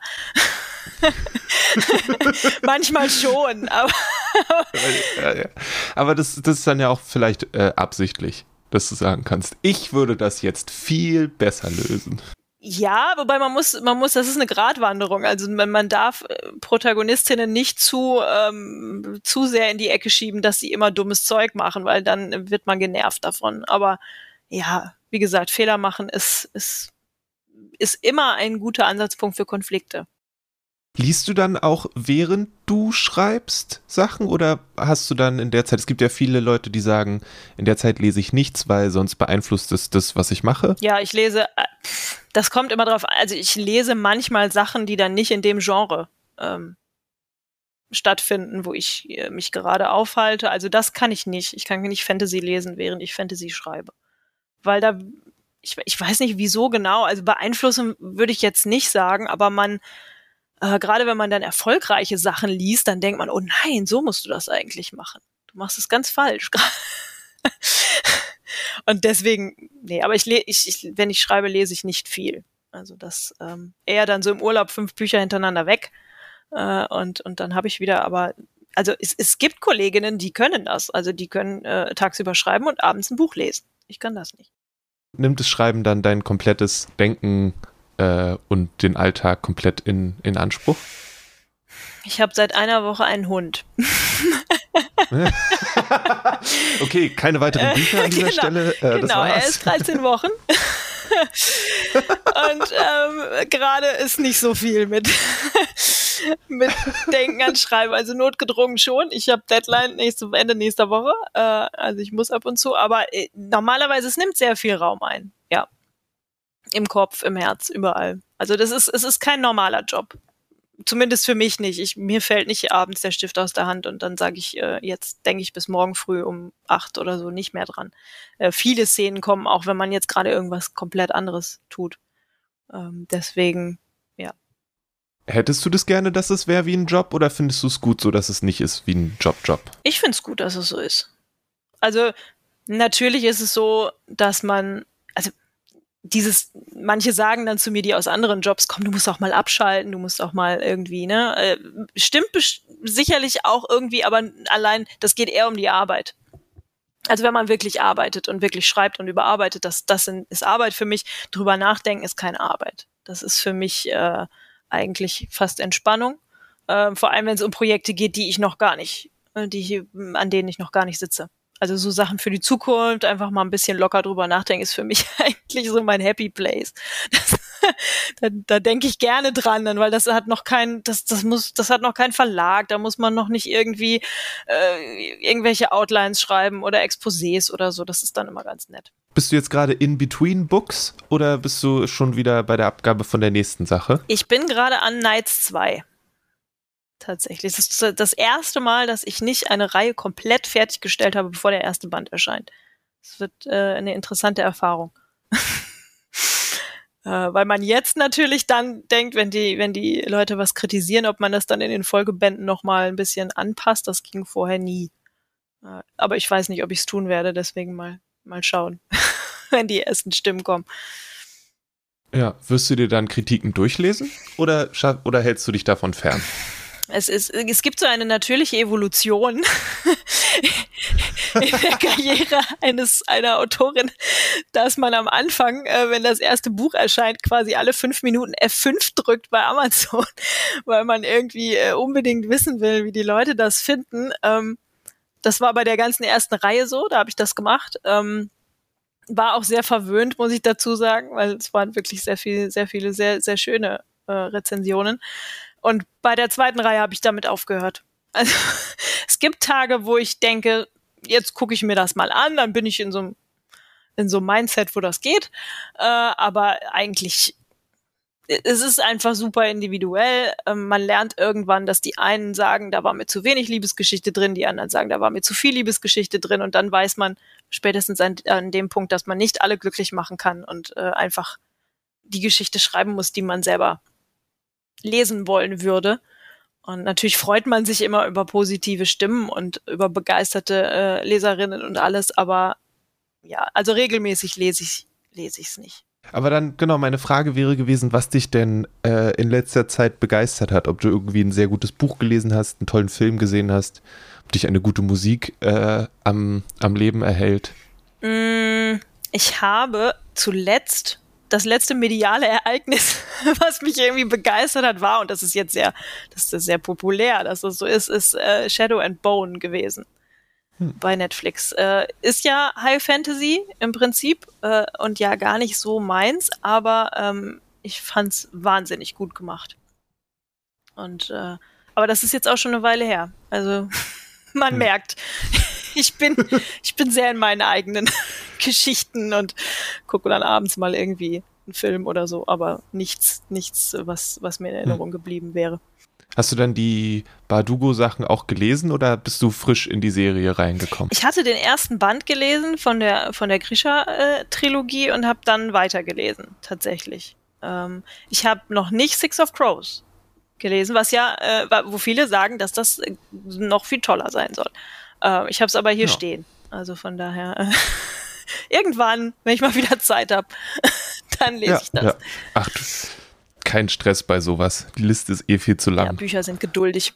Speaker 2: Manchmal schon, aber
Speaker 1: ja, ja. Aber das, das ist dann ja auch vielleicht äh, absichtlich, dass du sagen kannst, ich würde das jetzt viel besser lösen.
Speaker 2: Ja, wobei man muss, man muss, das ist eine Gratwanderung. Also man, man darf Protagonistinnen nicht zu, ähm, zu sehr in die Ecke schieben, dass sie immer dummes Zeug machen, weil dann wird man genervt davon. Aber ja, wie gesagt, Fehler machen ist, ist, ist immer ein guter Ansatzpunkt für Konflikte.
Speaker 1: Liest du dann auch, während du schreibst, Sachen, oder hast du dann in der Zeit, es gibt ja viele Leute, die sagen, in der Zeit lese ich nichts, weil sonst beeinflusst es das, was ich mache?
Speaker 2: Ja, ich lese, das kommt immer drauf an, also ich lese manchmal Sachen, die dann nicht in dem Genre ähm, stattfinden, wo ich äh, mich gerade aufhalte. Also das kann ich nicht. Ich kann nicht Fantasy lesen, während ich Fantasy schreibe. Weil da, ich, ich weiß nicht, wieso genau, also beeinflussen würde ich jetzt nicht sagen, aber man Äh, gerade wenn man dann erfolgreiche Sachen liest, dann denkt man, oh nein, so musst du das eigentlich machen. Du machst es ganz falsch. Und deswegen, nee, aber ich, le- ich, ich, wenn ich schreibe, lese ich nicht viel. Also das ähm, eher dann so im Urlaub fünf Bücher hintereinander weg äh, und, und dann habe ich wieder, aber also es, es gibt Kolleginnen, die können das. Also die können äh, tagsüber schreiben und abends ein Buch lesen. Ich kann das nicht.
Speaker 1: Nimmt das Schreiben dann dein komplettes Denken äh, und den Alltag komplett in, in Anspruch?
Speaker 2: Ich habe seit einer Woche einen Hund.
Speaker 1: Okay, keine weiteren Bücher an dieser
Speaker 2: genau,
Speaker 1: Stelle. Äh,
Speaker 2: genau,
Speaker 1: das
Speaker 2: er ist dreizehn Wochen. Und ähm, gerade ist nicht so viel mit, mit Denken an Schreiben. Also notgedrungen schon. Ich habe Deadline nächste, Ende nächster Woche. Äh, also ich muss ab und zu. Aber äh, normalerweise, es nimmt sehr viel Raum ein. Ja. Im Kopf, im Herz, überall. Also das ist, es ist kein normaler Job. Zumindest für mich nicht. Ich, mir fällt nicht abends der Stift aus der Hand und dann sage ich, äh, jetzt denke ich bis morgen früh um acht oder so nicht mehr dran. Äh, viele Szenen kommen, auch wenn man jetzt gerade irgendwas komplett anderes tut. Ähm, deswegen, ja.
Speaker 1: Hättest du das gerne, dass es wäre wie ein Job, oder findest du es gut so, dass es nicht ist wie ein Job-Job?
Speaker 2: Ich finde es gut, dass es so ist. Also natürlich ist es so, dass man, also dieses, manche sagen dann zu mir, die aus anderen Jobs kommen, du musst auch mal abschalten, du musst auch mal irgendwie, ne, äh, stimmt bes- sicherlich auch irgendwie, aber allein, das geht eher um die Arbeit. Also wenn man wirklich arbeitet und wirklich schreibt und überarbeitet, das, das sind, ist Arbeit für mich. Drüber nachdenken ist keine Arbeit. Das ist für mich äh, eigentlich fast Entspannung. Äh, vor allem, wenn es um Projekte geht, die ich noch gar nicht, äh, die ich, an denen ich noch gar nicht sitze. Also so Sachen für die Zukunft, einfach mal ein bisschen locker drüber nachdenken, ist für mich eigentlich so mein Happy Place. Das, da da denke ich gerne dran, dann, weil das hat noch kein, das, das muss, das hat noch keinen Verlag, da muss man noch nicht irgendwie äh, irgendwelche Outlines schreiben oder Exposés oder so. Das ist dann immer ganz nett.
Speaker 1: Bist du jetzt gerade in between Books oder bist du schon wieder bei der Abgabe von der nächsten Sache?
Speaker 2: Ich bin gerade an Knights zwei. Tatsächlich. Das ist das erste Mal, dass ich nicht eine Reihe komplett fertiggestellt habe, bevor der erste Band erscheint. Das wird äh, eine interessante Erfahrung. äh, weil man jetzt natürlich dann denkt, wenn die, wenn die Leute was kritisieren, ob man das dann in den Folgebänden nochmal ein bisschen anpasst. Das ging vorher nie. Äh, aber ich weiß nicht, ob ich es tun werde, deswegen mal, mal schauen, wenn die ersten Stimmen kommen.
Speaker 1: Ja, wirst du dir dann Kritiken durchlesen oder, scha- oder hältst du dich davon fern?
Speaker 2: Es, ist, es gibt so eine natürliche Evolution in der Karriere eines einer Autorin, dass man am Anfang, äh, wenn das erste Buch erscheint, quasi alle fünf Minuten F fünf drückt bei Amazon, weil man irgendwie äh, unbedingt wissen will, wie die Leute das finden. Ähm, das war bei der ganzen ersten Reihe so, da habe ich das gemacht. Ähm, war auch sehr verwöhnt, muss ich dazu sagen, weil es waren wirklich sehr viel, sehr viele, sehr, sehr schöne äh, Rezensionen. Und bei der zweiten Reihe habe ich damit aufgehört. Also es gibt Tage, wo ich denke, jetzt gucke ich mir das mal an, dann bin ich in so einem in so einem Mindset, wo das geht. Äh, aber eigentlich, es ist einfach super individuell. Ähm, man lernt irgendwann, dass die einen sagen, da war mir zu wenig Liebesgeschichte drin, die anderen sagen, da war mir zu viel Liebesgeschichte drin. Und dann weiß man spätestens an, an dem Punkt, dass man nicht alle glücklich machen kann und äh, einfach die Geschichte schreiben muss, die man selber lesen wollen würde. Und natürlich freut man sich immer über positive Stimmen und über begeisterte äh, Leserinnen und alles, aber ja, also regelmäßig lese ich lese ich es nicht.
Speaker 1: Aber dann, genau, meine Frage wäre gewesen, was dich denn äh, in letzter Zeit begeistert hat. Ob du irgendwie ein sehr gutes Buch gelesen hast, einen tollen Film gesehen hast, ob dich eine gute Musik äh, am, am Leben erhält.
Speaker 2: Mm, ich habe zuletzt das letzte mediale Ereignis, was mich irgendwie begeistert hat, war, und das ist jetzt sehr, das ist sehr populär, dass das so ist, ist äh, Shadow and Bone gewesen. Hm. Bei Netflix. Äh, ist ja High Fantasy im Prinzip äh, und ja gar nicht so meins, aber ähm, ich fand's wahnsinnig gut gemacht. Und äh, aber das ist jetzt auch schon eine Weile her. Also man hm. merkt, ich bin ich bin sehr in meinen eigenen Geschichten und gucke dann abends mal irgendwie einen Film oder so, aber nichts, nichts, was, was mir in Erinnerung hm. geblieben wäre.
Speaker 1: Hast du dann die Bardugo-Sachen auch gelesen oder bist du frisch in die Serie reingekommen?
Speaker 2: Ich hatte den ersten Band gelesen von der von der Grisha-Trilogie und habe dann weitergelesen, tatsächlich. Ähm, ich habe noch nicht Six of Crows gelesen, was ja, äh, wo viele sagen, dass das noch viel toller sein soll. Äh, ich habe es aber hier ja. stehen. Also von daher, äh, irgendwann, wenn ich mal wieder Zeit habe, dann lese ja, ich das. Ja.
Speaker 1: Ach, du, kein Stress bei sowas. Die Liste ist eh viel zu lang.
Speaker 2: Ja, Bücher sind geduldig.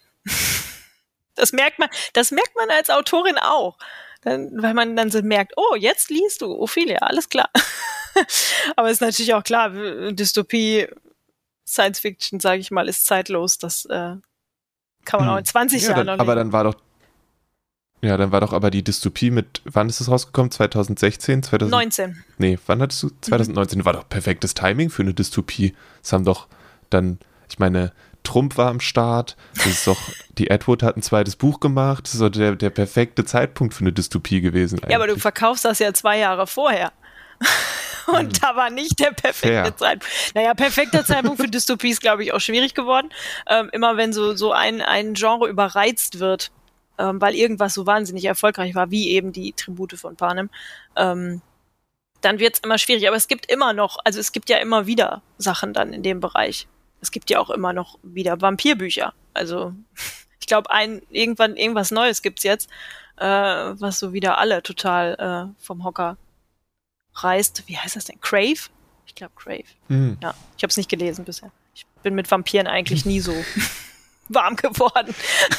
Speaker 2: Das merkt man, das merkt man als Autorin auch. Dann, weil man dann so merkt, oh, jetzt liest du Ophelia, alles klar. Aber es ist natürlich auch klar, Dystopie, Science Fiction, sage ich mal, ist zeitlos. Das äh, kann man hm. auch in zwanzig
Speaker 1: ja,
Speaker 2: Jahren
Speaker 1: dann,
Speaker 2: noch
Speaker 1: aber dann war doch Ja, dann war doch aber die Dystopie mit, wann ist es rausgekommen? zwanzig sechzehn? zweitausend
Speaker 2: neunzehn.
Speaker 1: Nee, wann hattest du? zwanzig neunzehn. Mhm. War doch perfektes Timing für eine Dystopie. Das haben doch dann, ich meine, Trump war am Start, das ist doch, die Atwood hat ein zweites Buch gemacht, das ist doch der, der perfekte Zeitpunkt für eine Dystopie gewesen eigentlich.
Speaker 2: Ja, aber du verkaufst das ja zwei Jahre vorher. Und mhm. da war nicht der perfekte Fair. Zeitpunkt. Naja, perfekter Zeitpunkt für Dystopie ist, glaube ich, auch schwierig geworden. Ähm, immer wenn so, so ein, ein Genre überreizt wird, ähm, weil irgendwas so wahnsinnig erfolgreich war, wie eben die Tribute von Panem, ähm, dann wird es immer schwierig. Aber es gibt immer noch, also es gibt ja immer wieder Sachen dann in dem Bereich. Es gibt ja auch immer noch wieder Vampirbücher. Also ich glaube, ein irgendwann irgendwas Neues gibt's jetzt, äh, was so wieder alle total äh, vom Hocker reißt. Wie heißt das denn? Crave? Ich glaube Crave. Mhm. Ja, ich habe es nicht gelesen bisher. Ich bin mit Vampiren eigentlich nie so warm geworden.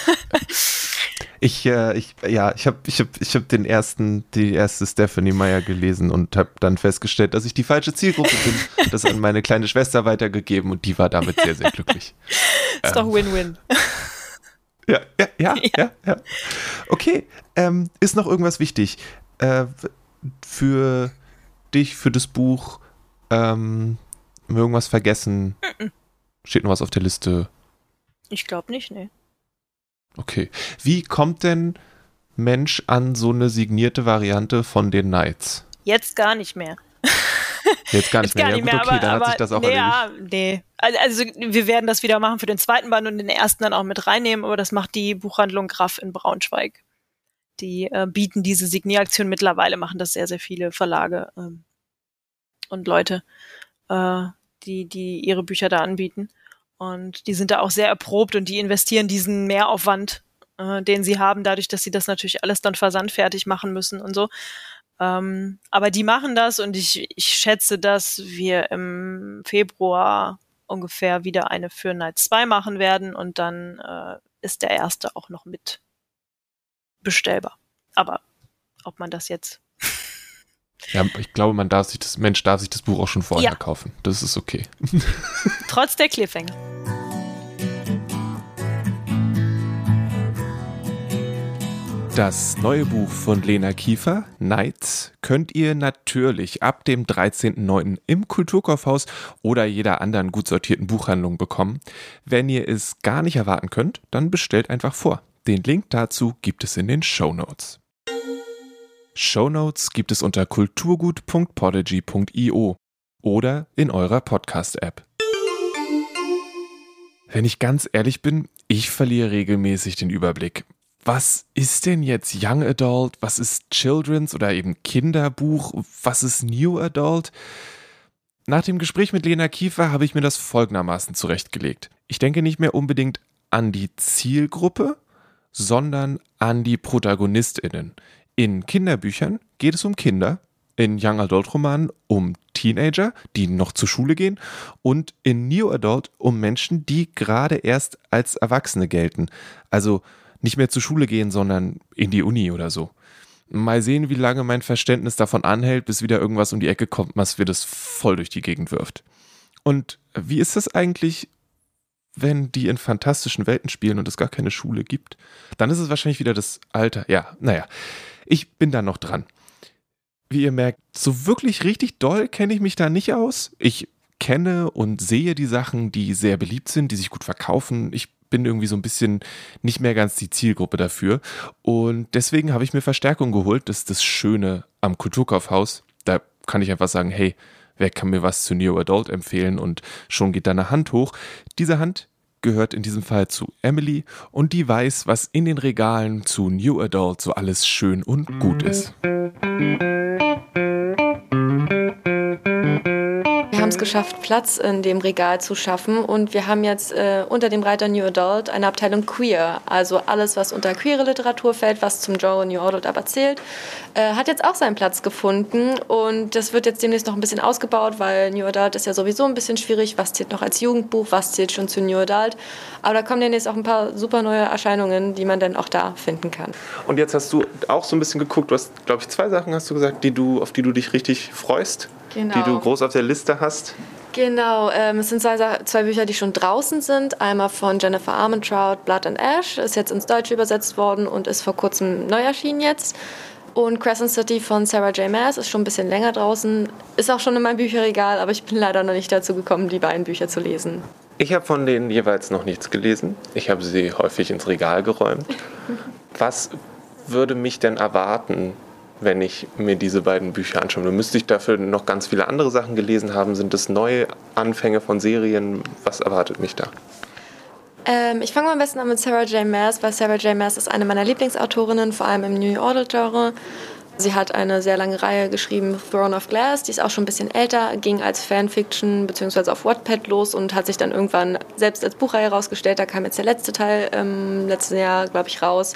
Speaker 1: Ich, äh, ich, ja, ich habe ich hab, ich hab den ersten, die erste Stephenie Meyer gelesen und habe dann festgestellt, dass ich die falsche Zielgruppe bin. Das an meine kleine Schwester weitergegeben und die war damit sehr, sehr glücklich.
Speaker 2: Ist ähm. doch Win-Win.
Speaker 1: Ja, ja, ja, ja, ja. ja. Okay, ähm, ist noch irgendwas wichtig äh, für dich, für das Buch? Ähm, haben wir irgendwas vergessen? Mm-mm. Steht noch was auf der Liste?
Speaker 2: Ich glaube nicht, nee.
Speaker 1: Okay. Wie kommt denn Mensch an so eine signierte Variante von den Knights?
Speaker 2: Jetzt gar nicht mehr.
Speaker 1: Jetzt gar nicht
Speaker 2: Jetzt gar
Speaker 1: mehr.
Speaker 2: Nicht
Speaker 1: ja,
Speaker 2: gut,
Speaker 1: gut,
Speaker 2: okay,
Speaker 1: okay, dann
Speaker 2: aber,
Speaker 1: hat sich das auch
Speaker 2: nee,
Speaker 1: erledigt.
Speaker 2: Ja, nee. Also, also wir werden das wieder machen für den zweiten Band und den ersten dann auch mit reinnehmen, aber das macht die Buchhandlung Graff in Braunschweig. Die äh, bieten diese Signieraktion mittlerweile, machen das sehr, sehr viele Verlage ähm, und Leute, äh, die, die ihre Bücher da anbieten. Und die sind da auch sehr erprobt und die investieren diesen Mehraufwand, äh, den sie haben, dadurch, dass sie das natürlich alles dann versandfertig machen müssen und so. Ähm, aber die machen das und ich, ich schätze, dass wir im Februar ungefähr wieder eine für Knights zwei machen werden und dann äh, ist der erste auch noch mit bestellbar. Aber ob man das jetzt...
Speaker 1: Ja, ich glaube, man darf sich das, Mensch darf sich das Buch auch schon vorher
Speaker 2: ja.
Speaker 1: kaufen. Das ist okay.
Speaker 2: Trotz der Cliffhanger.
Speaker 1: Das neue Buch von Lena Kiefer, Knights, könnt ihr natürlich ab dem dreizehnten neunten im Kulturkaufhaus oder jeder anderen gut sortierten Buchhandlung bekommen. Wenn ihr es gar nicht erwarten könnt, dann bestellt einfach vor. Den Link dazu gibt es in den Shownotes. Shownotes gibt es unter kulturgut punkt podigy punkt io oder in eurer Podcast-App. Wenn ich ganz ehrlich bin, ich verliere regelmäßig den Überblick. Was ist denn jetzt Young Adult? Was ist Children's oder eben Kinderbuch? Was ist New Adult? Nach dem Gespräch mit Lena Kiefer habe ich mir das folgendermaßen zurechtgelegt. Ich denke nicht mehr unbedingt an die Zielgruppe, sondern an die ProtagonistInnen. In Kinderbüchern geht es um Kinder, in Young Adult Romanen um Teenager, die noch zur Schule gehen und in New Adult um Menschen, die gerade erst als Erwachsene gelten. Also nicht mehr zur Schule gehen, sondern in die Uni oder so. Mal sehen, wie lange mein Verständnis davon anhält, bis wieder irgendwas um die Ecke kommt, was wir das voll durch die Gegend wirft. Und wie ist das eigentlich, wenn die in fantastischen Welten spielen und es gar keine Schule gibt? Dann ist es wahrscheinlich wieder das Alter. Ja, naja, ich bin da noch dran. Wie ihr merkt, so wirklich richtig doll kenne ich mich da nicht aus. Ich kenne und sehe die Sachen, die sehr beliebt sind, die sich gut verkaufen. Ich bin irgendwie so ein bisschen nicht mehr ganz die Zielgruppe dafür. Und deswegen habe ich mir Verstärkung geholt. Das ist das Schöne am Kulturkaufhaus. Da kann ich einfach sagen, hey, wer kann mir was zu New Adult empfehlen? Und schon geht da eine Hand hoch. Diese Hand gehört in diesem Fall zu Emily und die weiß, was in den Regalen zu New Adult so alles schön und gut ist.
Speaker 3: Wir haben es geschafft, Platz in dem Regal zu schaffen und wir haben jetzt äh, unter dem Reiter New Adult eine Abteilung Queer, also alles, was unter queere Literatur fällt, was zum Genre New Adult aber zählt, äh, hat jetzt auch seinen Platz gefunden und das wird jetzt demnächst noch ein bisschen ausgebaut, weil New Adult ist ja sowieso ein bisschen schwierig, was zählt noch als Jugendbuch, was zählt schon zu New Adult, aber da kommen demnächst auch ein paar super neue Erscheinungen, die man dann auch da finden kann.
Speaker 1: Und jetzt hast du auch so ein bisschen geguckt, du hast, glaube ich, zwei Sachen hast du gesagt, die du, auf die du dich richtig freust. Genau. Die du groß auf der Liste hast.
Speaker 3: Genau, ähm, es sind zwei, zwei Bücher, die schon draußen sind. Einmal von Jennifer Armentrout, Blood and Ash, ist jetzt ins Deutsche übersetzt worden und ist vor kurzem neu erschienen jetzt. Und Crescent City von Sarah J. Maas ist schon ein bisschen länger draußen, ist auch schon in meinem Bücherregal, aber ich bin leider noch nicht dazu gekommen, die beiden Bücher zu lesen.
Speaker 1: Ich habe von denen jeweils noch nichts gelesen. Ich habe sie häufig ins Regal geräumt. Was würde mich denn erwarten, wenn ich mir diese beiden Bücher anschaue? Müsste ich dafür noch ganz viele andere Sachen gelesen haben? Sind das neue Anfänge von Serien? Was erwartet mich da?
Speaker 3: Ähm, ich fange mal am besten an mit Sarah J. Maas, weil Sarah J. Maas ist eine meiner Lieblingsautorinnen, vor allem im New Adult-Genre. Sie hat eine sehr lange Reihe geschrieben, Throne of Glass, die ist auch schon ein bisschen älter, ging als Fanfiction bzw. auf Wattpad los und hat sich dann irgendwann selbst als Buchreihe rausgestellt. Da kam jetzt der letzte Teil im letzten Jahr, glaube ich, raus.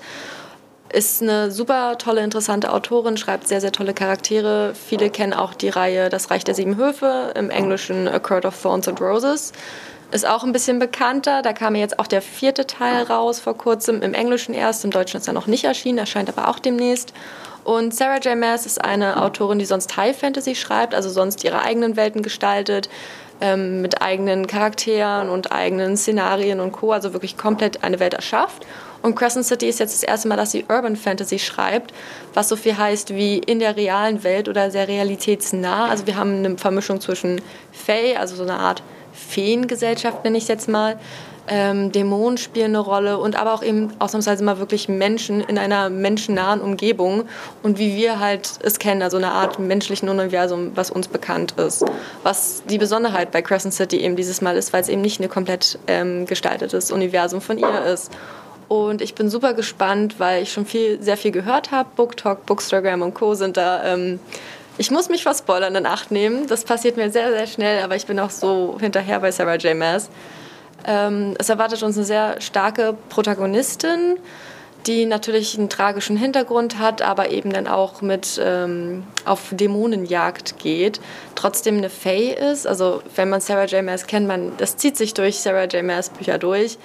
Speaker 3: Ist eine super tolle, interessante Autorin, schreibt sehr, sehr tolle Charaktere. Viele kennen auch die Reihe Das Reich der Sieben Höfe, im Englischen A Court of Thorns and Roses. Ist auch ein bisschen bekannter. Da kam jetzt auch der vierte Teil raus vor kurzem, im Englischen erst, im Deutschen ist er noch nicht erschienen, erscheint aber auch demnächst. Und Sarah J. Maas ist eine Autorin, die sonst High Fantasy schreibt, also sonst ihre eigenen Welten gestaltet, ähm, mit eigenen Charakteren und eigenen Szenarien und Co., also wirklich komplett eine Welt erschafft. Und Crescent City ist jetzt das erste Mal, dass sie Urban Fantasy schreibt, was so viel heißt wie in der realen Welt oder sehr realitätsnah. Also wir haben eine Vermischung zwischen Fae, also so eine Art Feengesellschaft nenne ich es jetzt mal, ähm, Dämonen spielen eine Rolle und aber auch eben ausnahmsweise mal wirklich Menschen in einer menschennahen Umgebung und wie wir halt es kennen, also eine Art menschlichen Universum, was uns bekannt ist. Was die Besonderheit bei Crescent City eben dieses Mal ist, weil es eben nicht ein komplett ähm, gestaltetes Universum von ihr ist. Und ich bin super gespannt, weil ich schon viel, sehr viel gehört habe. BookTok, Bookstagram und Co. sind da. Ähm, ich muss mich vor Spoilern in Acht nehmen. Das passiert mir sehr, sehr schnell, aber ich bin auch so hinterher bei Sarah J. Maas. Ähm, es erwartet uns eine sehr starke Protagonistin, die natürlich einen tragischen Hintergrund hat, aber eben dann auch mit ähm, auf Dämonenjagd geht, trotzdem eine Fae ist. Also wenn man Sarah J. Maas kennt, man, das zieht sich durch Sarah J. Maas Bücher durch.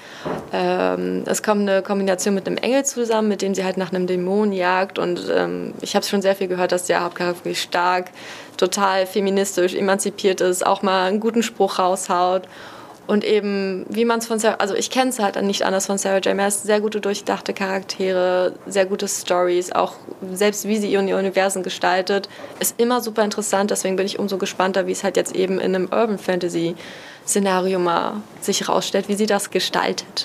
Speaker 3: Ähm, es kommt eine Kombination mit einem Engel zusammen, mit dem sie halt nach einem Dämon jagt und ähm, ich habe schon sehr viel gehört, dass der Hauptcharakter wirklich stark, total feministisch, emanzipiert ist, auch mal einen guten Spruch raushaut. Und eben, wie man es von Sarah, also ich kenne es halt nicht anders von Sarah J. Maas, sehr gute durchdachte Charaktere, sehr gute Stories, auch selbst wie sie ihre Universen gestaltet, ist immer super interessant, deswegen bin ich umso gespannter, wie es halt jetzt eben in einem Urban Fantasy Szenario mal sich rausstellt, wie sie das gestaltet.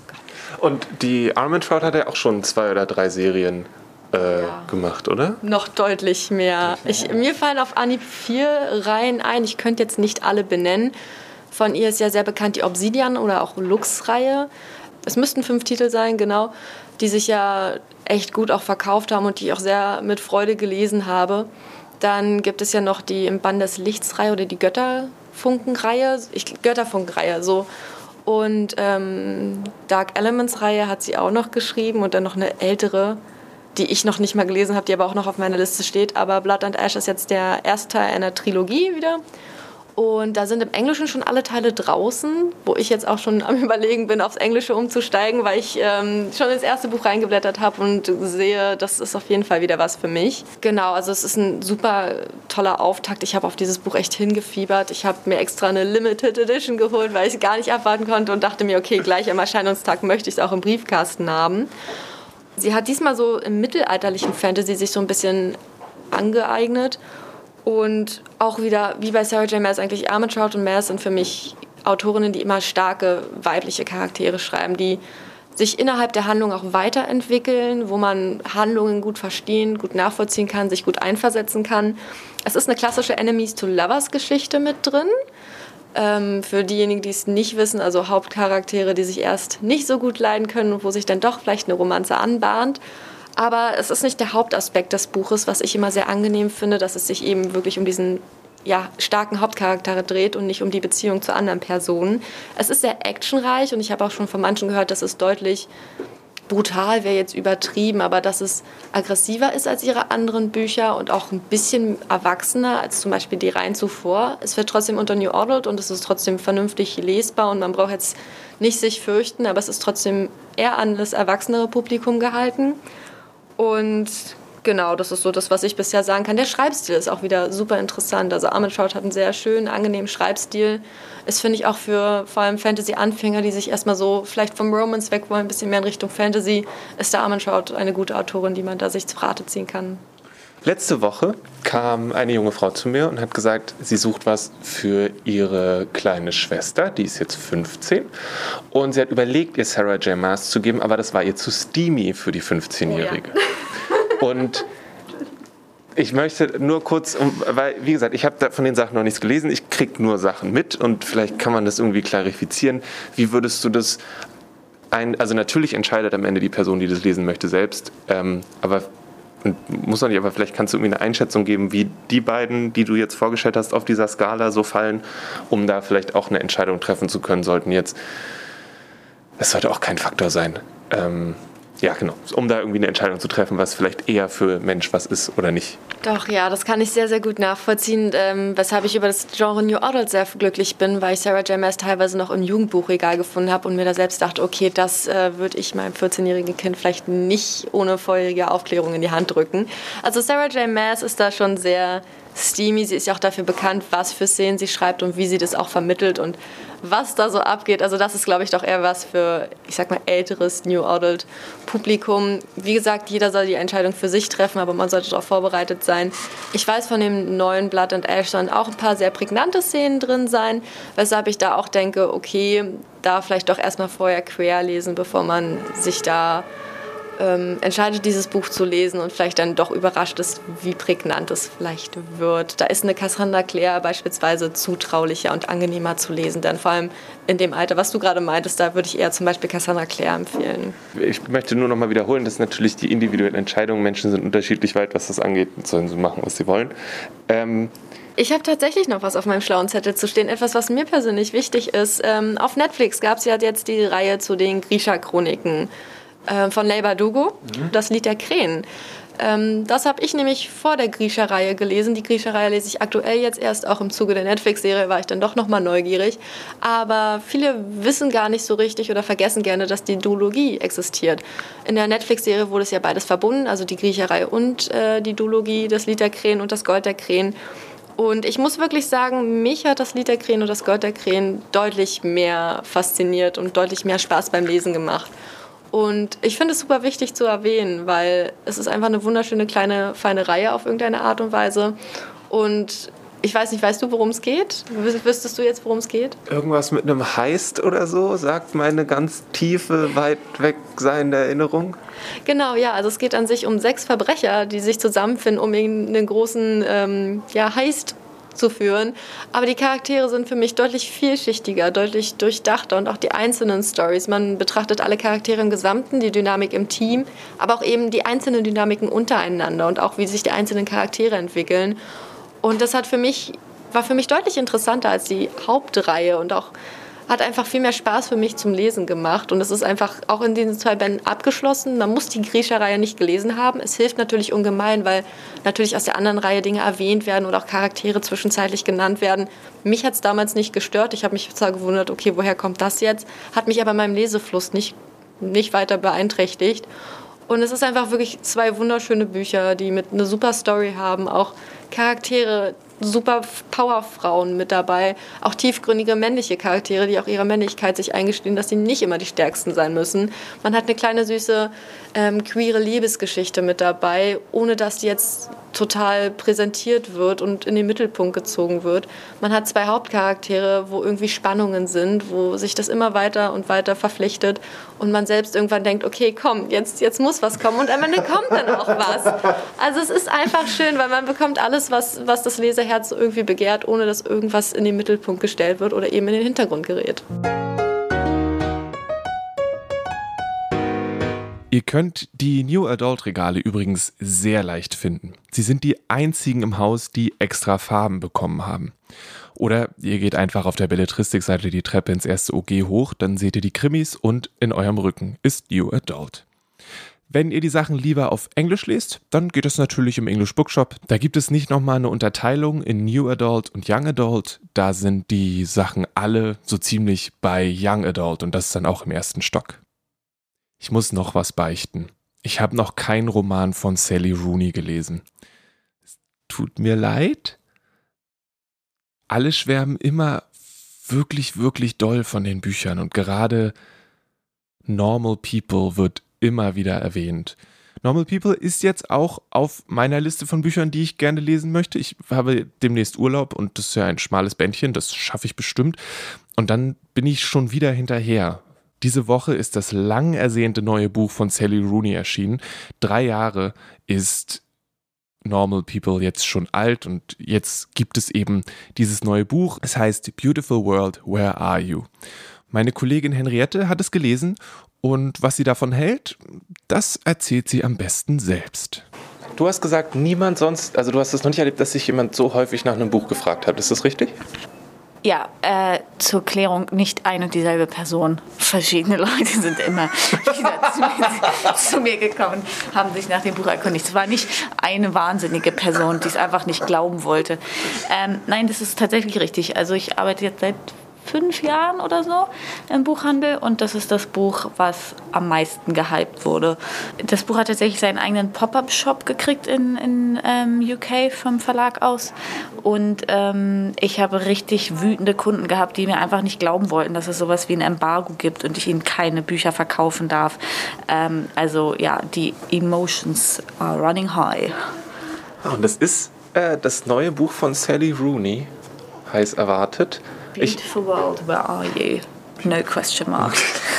Speaker 1: Und die Armentrout hat ja auch schon zwei oder drei Serien äh, ja. gemacht, oder?
Speaker 3: Noch deutlich mehr. Ich, mir fallen auf Anhieb vier Reihen ein, ich könnte jetzt nicht alle benennen. Von ihr ist ja sehr bekannt die Obsidian- oder auch Lux-Reihe. Es müssten fünf Titel sein, genau, die sich ja echt gut auch verkauft haben und die ich auch sehr mit Freude gelesen habe. Dann gibt es ja noch die Im Bann des Lichts-Reihe oder die Götterfunken-Reihe, ich, Götterfunken-Reihe, so. Und ähm, Dark Elements-Reihe hat sie auch noch geschrieben und dann noch eine ältere, die ich noch nicht mal gelesen habe, die aber auch noch auf meiner Liste steht. Aber Blood and Ash ist jetzt der erste Teil einer Trilogie wieder. Und da sind im Englischen schon alle Teile draußen, wo ich jetzt auch schon am Überlegen bin, aufs Englische umzusteigen, weil ich ähm, schon ins erste Buch reingeblättert habe und sehe, das ist auf jeden Fall wieder was für mich. Genau, also es ist ein super toller Auftakt. Ich habe auf dieses Buch echt hingefiebert. Ich habe mir extra eine Limited Edition geholt, weil ich gar nicht abwarten konnte und dachte mir, okay, gleich am Erscheinungstag möchte ich es auch im Briefkasten haben. Sie hat diesmal so im mittelalterlichen Fantasy sich so ein bisschen angeeignet. Und auch wieder, wie bei Sarah J. Maas, eigentlich Armentrout und Maas sind für mich Autorinnen, die immer starke weibliche Charaktere schreiben, die sich innerhalb der Handlung auch weiterentwickeln, wo man Handlungen gut verstehen, gut nachvollziehen kann, sich gut einversetzen kann. Es ist eine klassische Enemies-to-Lovers-Geschichte mit drin. Ähm, für diejenigen, die es nicht wissen, also Hauptcharaktere, die sich erst nicht so gut leiden können und wo sich dann doch vielleicht eine Romanze anbahnt. Aber es ist nicht der Hauptaspekt des Buches, was ich immer sehr angenehm finde, dass es sich eben wirklich um diesen ja, starken Hauptcharakter dreht und nicht um die Beziehung zu anderen Personen. Es ist sehr actionreich und ich habe auch schon von manchen gehört, dass es deutlich brutal, wäre jetzt übertrieben, aber dass es aggressiver ist als ihre anderen Bücher und auch ein bisschen erwachsener als zum Beispiel die Reihen zuvor. Es wird trotzdem unter New Adult und es ist trotzdem vernünftig lesbar und man braucht jetzt nicht sich fürchten, aber es ist trotzdem eher an das erwachsenere Publikum gehalten. Und genau, das ist so das, was ich bisher sagen kann. Der Schreibstil ist auch wieder super interessant. Also Armentrout hat einen sehr schönen, angenehmen Schreibstil. Ist, finde ich, auch für vor allem Fantasy-Anfänger, die sich erstmal so vielleicht vom Romance weg wollen, ein bisschen mehr in Richtung Fantasy, ist der Armentrout eine gute Autorin, die man da sich zu Rate ziehen kann.
Speaker 1: Letzte Woche kam eine junge Frau zu mir und hat gesagt, sie sucht was für ihre kleine Schwester, die ist jetzt fünfzehn. Und sie hat überlegt, ihr Sarah J. Maas zu geben, aber das war ihr zu steamy für die fünfzehnjährige. Oh ja. Und ich möchte nur kurz, weil, wie gesagt, ich habe von den Sachen noch nichts gelesen, ich kriege nur Sachen mit und vielleicht kann man das irgendwie klarifizieren. Wie würdest du das ein, also natürlich entscheidet am Ende die Person, die das lesen möchte, selbst, ähm, aber muss man nicht, aber vielleicht kannst du irgendwie eine Einschätzung geben, wie die beiden, die du jetzt vorgestellt hast, auf dieser Skala so fallen, um da vielleicht auch eine Entscheidung treffen zu können, sollten jetzt, es sollte auch kein Faktor sein, ähm, ja genau, um da irgendwie eine Entscheidung zu treffen, was vielleicht eher für Mensch was ist oder nicht.
Speaker 3: Doch, ja, das kann ich sehr, sehr gut nachvollziehen, ähm, weshalb ich über das Genre New Adult sehr glücklich bin, weil ich Sarah J. Maas teilweise noch im Jugendbuchregal gefunden habe und mir da selbst dachte, okay, das äh, würde ich meinem vierzehnjährigen Kind vielleicht nicht ohne vorherige Aufklärung in die Hand drücken. Also Sarah J. Maas ist da schon sehr steamy, sie ist ja auch dafür bekannt, was für Szenen sie schreibt und wie sie das auch vermittelt und was da so abgeht. Also das ist, glaube ich, doch eher was für, ich sag mal, älteres New Adult Publikum. Wie gesagt, jeder soll die Entscheidung für sich treffen, aber man sollte darauf vorbereitet sein. Ich weiß von dem neuen Blood and Ash sollen auch ein paar sehr prägnante Szenen drin sein, weshalb ich da auch denke, okay, da vielleicht doch erstmal vorher quer lesen, bevor man sich da Ähm, entscheidet, dieses Buch zu lesen und vielleicht dann doch überrascht ist, wie prägnant es vielleicht wird. Da ist eine Cassandra Clare beispielsweise zutraulicher und angenehmer zu lesen, denn vor allem in dem Alter, was du gerade meintest, da würde ich eher zum Beispiel Cassandra Clare empfehlen.
Speaker 1: Ich möchte nur noch mal wiederholen, dass natürlich die individuelle Entscheidung, Menschen sind unterschiedlich weit, was das angeht, sollen sie machen, was sie wollen. Ähm
Speaker 3: Ich habe tatsächlich noch was auf meinem schlauen Zettel zu stehen, etwas, was mir persönlich wichtig ist. Ähm, auf Netflix gab es ja jetzt die Reihe zu den Grisha-Chroniken von Leigh Bardugo, mhm. das Lied der Krähen. Ähm, das habe ich nämlich vor der Grisha-Reihe gelesen. Die Grisha-Reihe lese ich aktuell jetzt erst, auch im Zuge der Netflix-Serie war ich dann doch nochmal neugierig. Aber viele wissen gar nicht so richtig oder vergessen gerne, dass die Duologie existiert. In der Netflix-Serie wurde es ja beides verbunden, also die Grisha-Reihe und äh, die Duologie, das Lied der Krähen und das Gold der Krähen. Und ich muss wirklich sagen, mich hat das Lied der Krähen und das Gold der Krähen deutlich mehr fasziniert und deutlich mehr Spaß beim Lesen gemacht. Und ich finde es super wichtig zu erwähnen, weil es ist einfach eine wunderschöne, kleine, feine Reihe auf irgendeine Art und Weise. Und ich weiß nicht, weißt du, worum es geht? Wüsstest du jetzt, worum es geht?
Speaker 1: Irgendwas mit einem Heist oder so, sagt meine ganz tiefe, weit weg seiende Erinnerung.
Speaker 3: Genau, ja, also es geht an sich um sechs Verbrecher, die sich zusammenfinden, um einen großen ähm, ja, Heist zu führen. Aber die Charaktere sind für mich deutlich vielschichtiger, deutlich durchdachter und auch die einzelnen Storys. Man betrachtet alle Charaktere im Gesamten, die Dynamik im Team, aber auch eben die einzelnen Dynamiken untereinander und auch wie sich die einzelnen Charaktere entwickeln. Und das hat für mich, war für mich deutlich interessanter als die Hauptreihe und auch hat einfach viel mehr Spaß für mich zum Lesen gemacht. Und es ist einfach auch in diesen zwei Bänden abgeschlossen. Man muss die Grisha-Reihe nicht gelesen haben. Es hilft natürlich ungemein, weil natürlich aus der anderen Reihe Dinge erwähnt werden oder auch Charaktere zwischenzeitlich genannt werden. Mich hat es damals nicht gestört. Ich habe mich zwar gewundert, okay, woher kommt das jetzt? Hat mich aber in meinem Lesefluss nicht, nicht weiter beeinträchtigt. Und es ist einfach wirklich zwei wunderschöne Bücher, die mit eine super Story haben, auch Charaktere, super Powerfrauen mit dabei, auch tiefgründige männliche Charaktere, die auch ihrer Männlichkeit sich eingestehen, dass sie nicht immer die Stärksten sein müssen. Man hat eine kleine süße ähm, queere Liebesgeschichte mit dabei, ohne dass die jetzt total präsentiert wird und in den Mittelpunkt gezogen wird. Man hat zwei Hauptcharaktere, wo irgendwie Spannungen sind, wo sich das immer weiter und weiter verflechtet und man selbst irgendwann denkt, okay, komm, jetzt, jetzt muss was kommen und am Ende kommt dann auch was. Also es ist einfach schön, weil man bekommt alles, was, was das Leserherz irgendwie begehrt, ohne dass irgendwas in den Mittelpunkt gestellt wird oder eben in den Hintergrund gerät.
Speaker 1: Ihr könnt die New Adult Regale übrigens sehr leicht finden. Sie sind die einzigen im Haus, die extra Farben bekommen haben. Oder ihr geht einfach auf der Belletristik-Seite die Treppe ins erste O G hoch, dann seht ihr die Krimis und in eurem Rücken ist New Adult. Wenn ihr die Sachen lieber auf Englisch lest, dann geht es natürlich im English Bookshop. Da gibt es nicht nochmal eine Unterteilung in New Adult und Young Adult. Da sind die Sachen alle so ziemlich bei Young Adult und das ist dann auch im ersten Stock. Ich muss noch was beichten. Ich habe noch keinen Roman von Sally Rooney gelesen. Es tut mir leid. Alle schwärmen immer wirklich, wirklich doll von den Büchern und gerade Normal People wird immer wieder erwähnt. Normal People ist jetzt auch auf meiner Liste von Büchern, die ich gerne lesen möchte. Ich habe demnächst Urlaub und das ist ja ein schmales Bändchen, das schaffe ich bestimmt. Und dann bin ich schon wieder hinterher. Diese Woche ist das lang ersehnte neue Buch von Sally Rooney erschienen. Drei Jahre ist Normal People jetzt schon alt und jetzt gibt es eben dieses neue Buch. Es heißt Beautiful World, Where Are You? Meine Kollegin Henriette hat es gelesen und was sie davon hält, das erzählt sie am besten selbst.
Speaker 4: Du hast gesagt, niemand sonst, also du hast es noch nicht erlebt, dass sich jemand so häufig nach einem Buch gefragt hat. Ist das richtig?
Speaker 5: Ja, äh, zur Klärung, nicht ein und dieselbe Person. Verschiedene Leute sind immer wieder zu mir, zu mir gekommen, haben sich nach dem Buch erkundigt. Es war nicht eine wahnsinnige Person, die es einfach nicht glauben wollte. Ähm, nein, das ist tatsächlich richtig. Also ich arbeite jetzt seit fünf Jahren oder so im Buchhandel und das ist das Buch, was am meisten gehypt wurde. Das Buch hat tatsächlich seinen eigenen Pop-up-Shop gekriegt in, in ähm, U K vom Verlag aus und ähm, ich habe richtig wütende Kunden gehabt, die mir einfach nicht glauben wollten, dass es sowas wie ein Embargo gibt und ich ihnen keine Bücher verkaufen darf. Ähm, also ja, die Emotions are running high.
Speaker 4: Und das ist äh, das neue Buch von Sally Rooney, heiß erwartet.
Speaker 5: Beautiful ich, World, Where Are You? No question mark.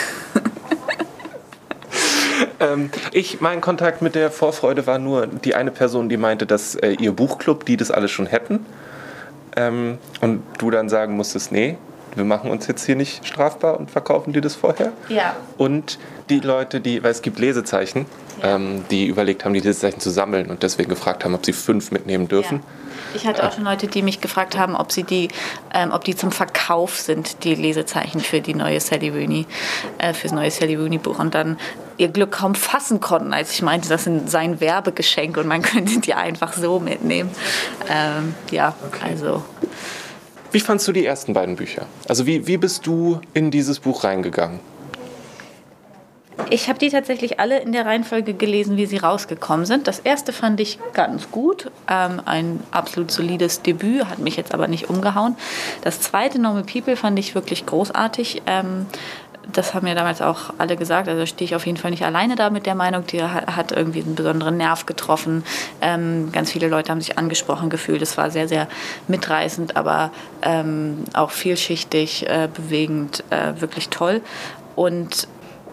Speaker 4: ähm, ich, mein Kontakt mit der Vorfreude war nur die eine Person, die meinte, dass äh, ihr Buchclub, die das alles schon hätten. Ähm, und du dann sagen musstest, nee, wir machen uns jetzt hier nicht strafbar und verkaufen dir das vorher.
Speaker 5: Ja.
Speaker 4: Und die Leute, die, weil es gibt Lesezeichen, ja. ähm, die überlegt haben, die Lesezeichen zu sammeln und deswegen gefragt haben, ob sie fünf mitnehmen dürfen.
Speaker 5: Ja. Ich hatte auch schon Leute, die mich gefragt haben, ob sie die, ähm, ob die zum Verkauf sind, die Lesezeichen für die neue Sally Rooney, äh, fürs neue Sally Rooney Buch und dann ihr Glück kaum fassen konnten, als ich meinte, das sind sein Werbegeschenk und man könnte die einfach so mitnehmen. Ähm, ja, okay. Also.
Speaker 4: Wie fandst du die ersten beiden Bücher? Also wie, wie bist du in dieses Buch reingegangen?
Speaker 5: Ich habe die tatsächlich alle in der Reihenfolge gelesen, wie sie rausgekommen sind. Das erste fand ich ganz gut. Ähm, ein absolut solides Debüt, hat mich jetzt aber nicht umgehauen. Das zweite, Normal People, fand ich wirklich großartig. Ähm, das haben mir damals auch alle gesagt. Also stehe ich auf jeden Fall nicht alleine da mit der Meinung. Die hat irgendwie einen besonderen Nerv getroffen. Ähm, ganz viele Leute haben sich angesprochen gefühlt. Es war sehr, sehr mitreißend, aber ähm, auch vielschichtig, äh, bewegend, äh, wirklich toll. Und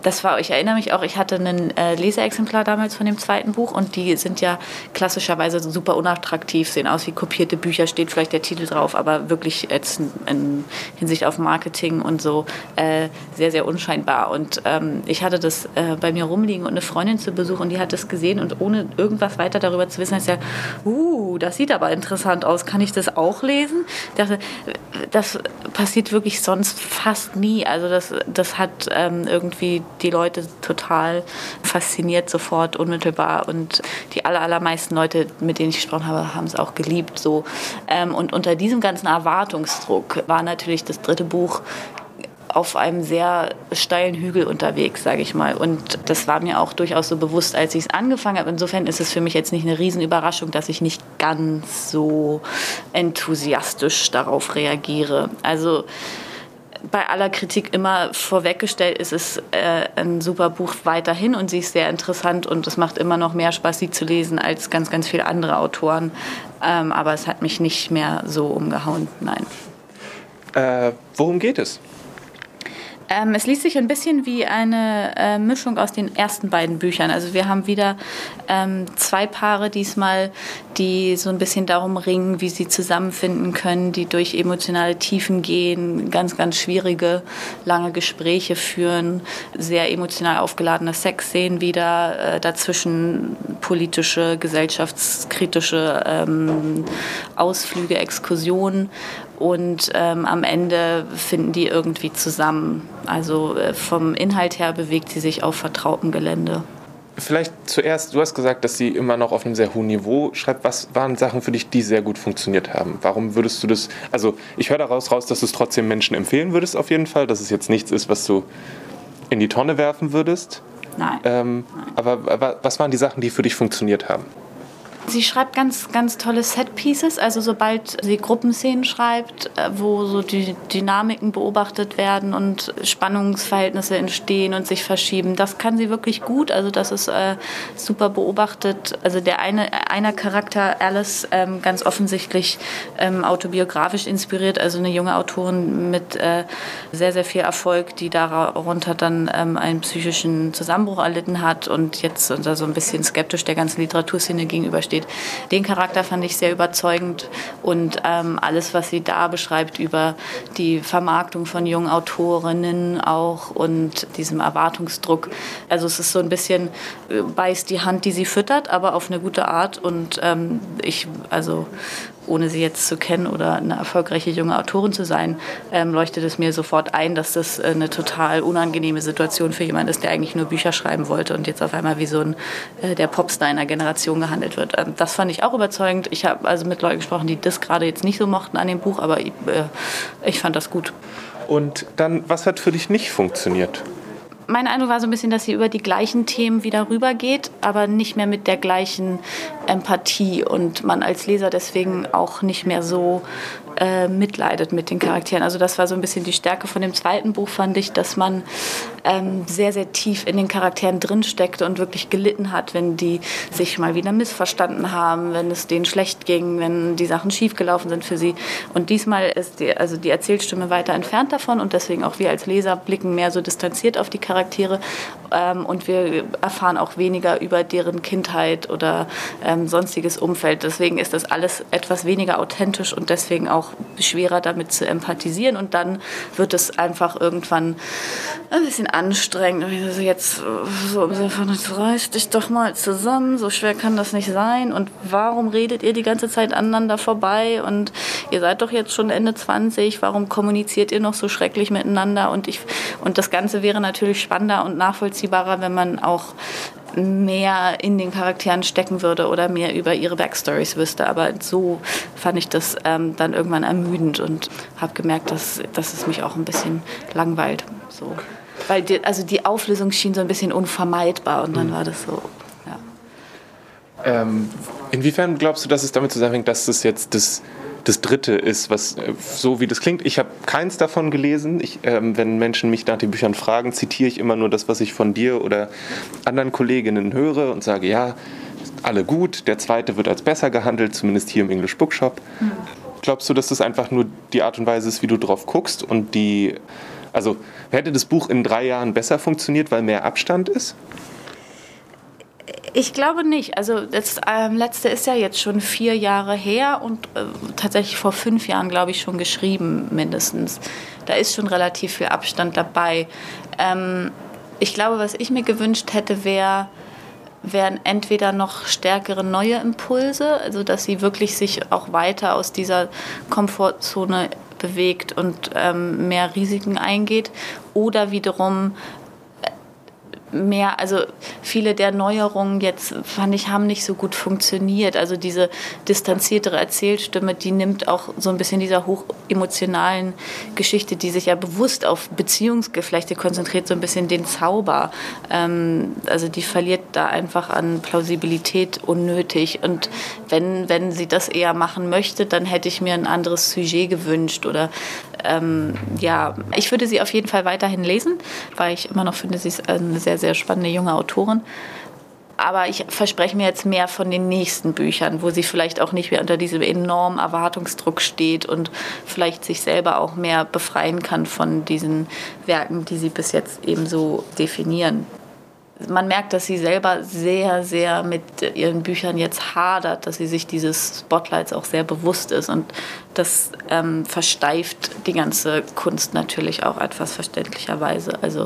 Speaker 5: das war, ich erinnere mich auch, ich hatte ein äh, Leseexemplar damals von dem zweiten Buch und die sind ja klassischerweise super unattraktiv, sehen aus wie kopierte Bücher, steht vielleicht der Titel drauf, aber wirklich jetzt in, in Hinsicht auf Marketing und so äh, sehr, sehr unscheinbar. Und ähm, ich hatte das äh, bei mir rumliegen und eine Freundin zu Besuch und die hat das gesehen und ohne irgendwas weiter darüber zu wissen, hat sie gesagt, uh, das sieht aber interessant aus, kann ich das auch lesen? Ich dachte, das passiert wirklich sonst fast nie. Also das, das hat ähm, irgendwie die Leute total fasziniert, sofort, unmittelbar. Und die aller, allermeisten Leute, mit denen ich gesprochen habe, haben es auch geliebt. So. Ähm, und unter diesem ganzen Erwartungsdruck war natürlich das dritte Buch auf einem sehr steilen Hügel unterwegs, sage ich mal. Und das war mir auch durchaus so bewusst, als ich es angefangen habe. Insofern ist es für mich jetzt nicht eine Riesenüberraschung, dass ich nicht ganz so enthusiastisch darauf reagiere. Also bei aller Kritik immer vorweggestellt, ist es äh, ein super Buch weiterhin und sie ist sehr interessant und es macht immer noch mehr Spaß, sie zu lesen als ganz, ganz viele andere Autoren. Ähm, aber es hat mich nicht mehr so umgehauen, nein.
Speaker 4: Äh, worum geht es?
Speaker 5: Ähm, es liest sich ein bisschen wie eine äh, Mischung aus den ersten beiden Büchern. Also wir haben wieder ähm, zwei Paare diesmal, die so ein bisschen darum ringen, wie sie zusammenfinden können, die durch emotionale Tiefen gehen, ganz, ganz schwierige, lange Gespräche führen, sehr emotional aufgeladene Sexszenen wieder, äh, dazwischen politische, gesellschaftskritische ähm, Ausflüge, Exkursionen. Und ähm, am Ende finden die irgendwie zusammen. Also äh, vom Inhalt her bewegt sie sich auf vertrautem Gelände.
Speaker 4: Vielleicht zuerst, du hast gesagt, dass sie immer noch auf einem sehr hohen Niveau schreibt. Was waren Sachen für dich, die sehr gut funktioniert haben? Warum würdest du das, also ich höre daraus raus, dass du es trotzdem Menschen empfehlen würdest auf jeden Fall, dass es jetzt nichts ist, was du in die Tonne werfen würdest?
Speaker 5: Nein.
Speaker 4: Ähm,
Speaker 5: Nein.
Speaker 4: Aber, aber was waren die Sachen, die für dich funktioniert haben?
Speaker 5: Sie schreibt ganz, ganz tolle Set-Pieces, also sobald sie Gruppenszenen schreibt, wo so die Dynamiken beobachtet werden und Spannungsverhältnisse entstehen und sich verschieben, das kann sie wirklich gut, also das ist äh, super beobachtet. Also der eine einer Charakter, Alice, ähm, ganz offensichtlich ähm, autobiografisch inspiriert, also eine junge Autorin mit äh, sehr, sehr viel Erfolg, die darunter dann ähm, einen psychischen Zusammenbruch erlitten hat und jetzt unter so ein bisschen skeptisch der ganzen Literaturszene gegenübersteht. Den Charakter fand ich sehr überzeugend und ähm, alles, was sie da beschreibt über die Vermarktung von jungen Autorinnen auch und diesem Erwartungsdruck. Also es ist so ein bisschen, äh, beißt die Hand, die sie füttert, aber auf eine gute Art und ähm, ich, also ohne sie jetzt zu kennen oder eine erfolgreiche junge Autorin zu sein, ähm, leuchtet es mir sofort ein, dass das äh, eine total unangenehme Situation für jemanden ist, der eigentlich nur Bücher schreiben wollte und jetzt auf einmal wie so ein äh, der Popstar einer Generation gehandelt wird. Ähm, das fand ich auch überzeugend. Ich habe also mit Leuten gesprochen, die das gerade jetzt nicht so mochten an dem Buch, aber ich, äh, ich fand das gut.
Speaker 4: Und dann, was hat für dich nicht funktioniert?
Speaker 5: Mein Eindruck war so ein bisschen, dass sie über die gleichen Themen wieder rübergeht, aber nicht mehr mit der gleichen Empathie und man als Leser deswegen auch nicht mehr so äh, mitleidet mit den Charakteren. Also das war so ein bisschen die Stärke von dem zweiten Buch, fand ich, dass man ähm, sehr, sehr tief in den Charakteren drinsteckte und wirklich gelitten hat, wenn die sich mal wieder missverstanden haben, wenn es denen schlecht ging, wenn die Sachen schiefgelaufen sind für sie. Und diesmal ist die, also die Erzählstimme weiter entfernt davon und deswegen auch wir als Leser blicken mehr so distanziert auf die Charaktere ähm, und wir erfahren auch weniger über deren Kindheit oder ähm, sonstiges Umfeld. Deswegen ist das alles etwas weniger authentisch und deswegen auch schwerer damit zu empathisieren und dann wird es einfach irgendwann ein bisschen anstrengend. Also jetzt so im Sinne von, jetzt reiß dich doch mal zusammen, so schwer kann das nicht sein und warum redet ihr die ganze Zeit aneinander vorbei und ihr seid doch jetzt schon Ende zwanzig, warum kommuniziert ihr noch so schrecklich miteinander und, ich, und das Ganze wäre natürlich spannender und nachvollziehbarer, wenn man auch mehr in den Charakteren stecken würde oder mehr über ihre Backstories wüsste. Aber so fand ich das ähm, dann irgendwann ermüdend und habe gemerkt, dass, dass es mich auch ein bisschen langweilt. So. Weil die, also die Auflösung schien so ein bisschen unvermeidbar und dann mhm. war das so, ja.
Speaker 4: Ähm, inwiefern glaubst du, dass es damit zusammenhängt, dass es jetzt das das dritte ist, was so wie das klingt. Ich habe keins davon gelesen. Ich, ähm, wenn Menschen mich nach den Büchern fragen, zitiere ich immer nur das, was ich von dir oder anderen Kolleginnen höre und sage, ja, alle gut, der zweite wird als besser gehandelt, zumindest hier im English Bookshop. Mhm. Glaubst du, dass das einfach nur die Art und Weise ist, wie du drauf guckst und die Also hätte das Buch in drei Jahren besser funktioniert, weil mehr Abstand ist?
Speaker 5: Ich glaube nicht. Also das ähm, letzte ist ja jetzt schon vier Jahre her und äh, tatsächlich vor fünf Jahren, glaube ich, schon geschrieben mindestens. Da ist schon relativ viel Abstand dabei. Ähm, ich glaube, was ich mir gewünscht hätte, wäre wären entweder noch stärkere neue Impulse, also dass sie wirklich sich auch weiter aus dieser Komfortzone bewegt und ähm, mehr Risiken eingeht, oder wiederum mehr, also viele der Neuerungen jetzt, fand ich, haben nicht so gut funktioniert. Also diese distanziertere Erzählstimme, die nimmt auch so ein bisschen dieser hochemotionalen Geschichte, die sich ja bewusst auf Beziehungsgeflechte konzentriert, so ein bisschen den Zauber. Ähm, also die verliert da einfach an Plausibilität unnötig. Und wenn, wenn sie das eher machen möchte, dann hätte ich mir ein anderes Sujet gewünscht. Oder ähm, ja, ich würde sie auf jeden Fall weiterhin lesen, weil ich immer noch finde, sie ist eine sehr sehr spannende junge Autorin. Aber ich verspreche mir jetzt mehr von den nächsten Büchern, wo sie vielleicht auch nicht mehr unter diesem enormen Erwartungsdruck steht und vielleicht sich selber auch mehr befreien kann von diesen Werken, die sie bis jetzt eben so definieren. Man merkt, dass sie selber sehr, sehr mit ihren Büchern jetzt hadert, dass sie sich dieses Spotlights auch sehr bewusst ist. Und das ähm, versteift die ganze Kunst natürlich auch etwas verständlicherweise. Also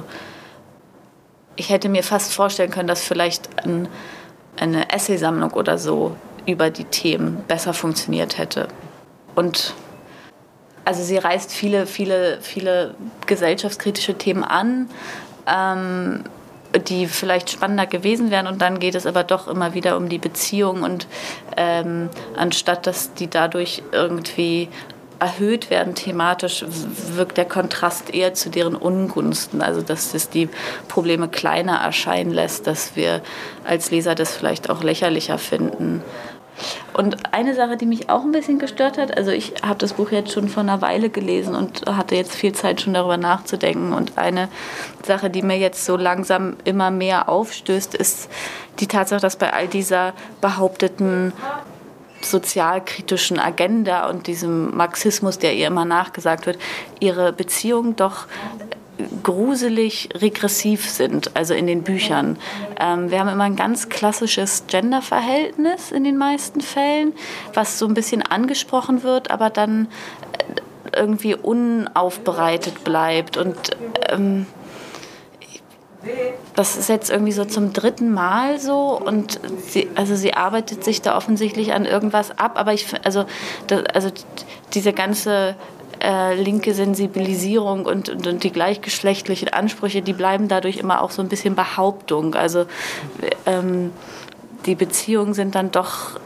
Speaker 5: ich hätte mir fast vorstellen können, dass vielleicht ein, eine Essaysammlung oder so über die Themen besser funktioniert hätte. Und also sie reißt viele, viele, viele gesellschaftskritische Themen an, ähm, die vielleicht spannender gewesen wären. Und dann geht es aber doch immer wieder um die Beziehung. Und ähm, anstatt dass die dadurch irgendwie erhöht werden thematisch, wirkt der Kontrast eher zu deren Ungunsten. Also dass es die Probleme kleiner erscheinen lässt, dass wir als Leser das vielleicht auch lächerlicher finden. Und eine Sache, die mich auch ein bisschen gestört hat, also ich habe das Buch jetzt schon vor einer Weile gelesen und hatte jetzt viel Zeit schon darüber nachzudenken. Und eine Sache, die mir jetzt so langsam immer mehr aufstößt, ist die Tatsache, dass bei all dieser behaupteten sozialkritischen Agenda und diesem Marxismus, der ihr immer nachgesagt wird, ihre Beziehungen doch gruselig regressiv sind, also in den Büchern. Ähm, wir haben immer ein ganz klassisches Genderverhältnis in den meisten Fällen, was so ein bisschen angesprochen wird, aber dann irgendwie unaufbereitet bleibt. Und ähm, das ist jetzt irgendwie so zum dritten Mal so, und sie, also sie arbeitet sich da offensichtlich an irgendwas ab, aber ich also, das, also diese ganze äh, linke Sensibilisierung und, und, und die gleichgeschlechtlichen Ansprüche, die bleiben dadurch immer auch so ein bisschen Behauptung. Also ähm, die Beziehungen sind dann doch,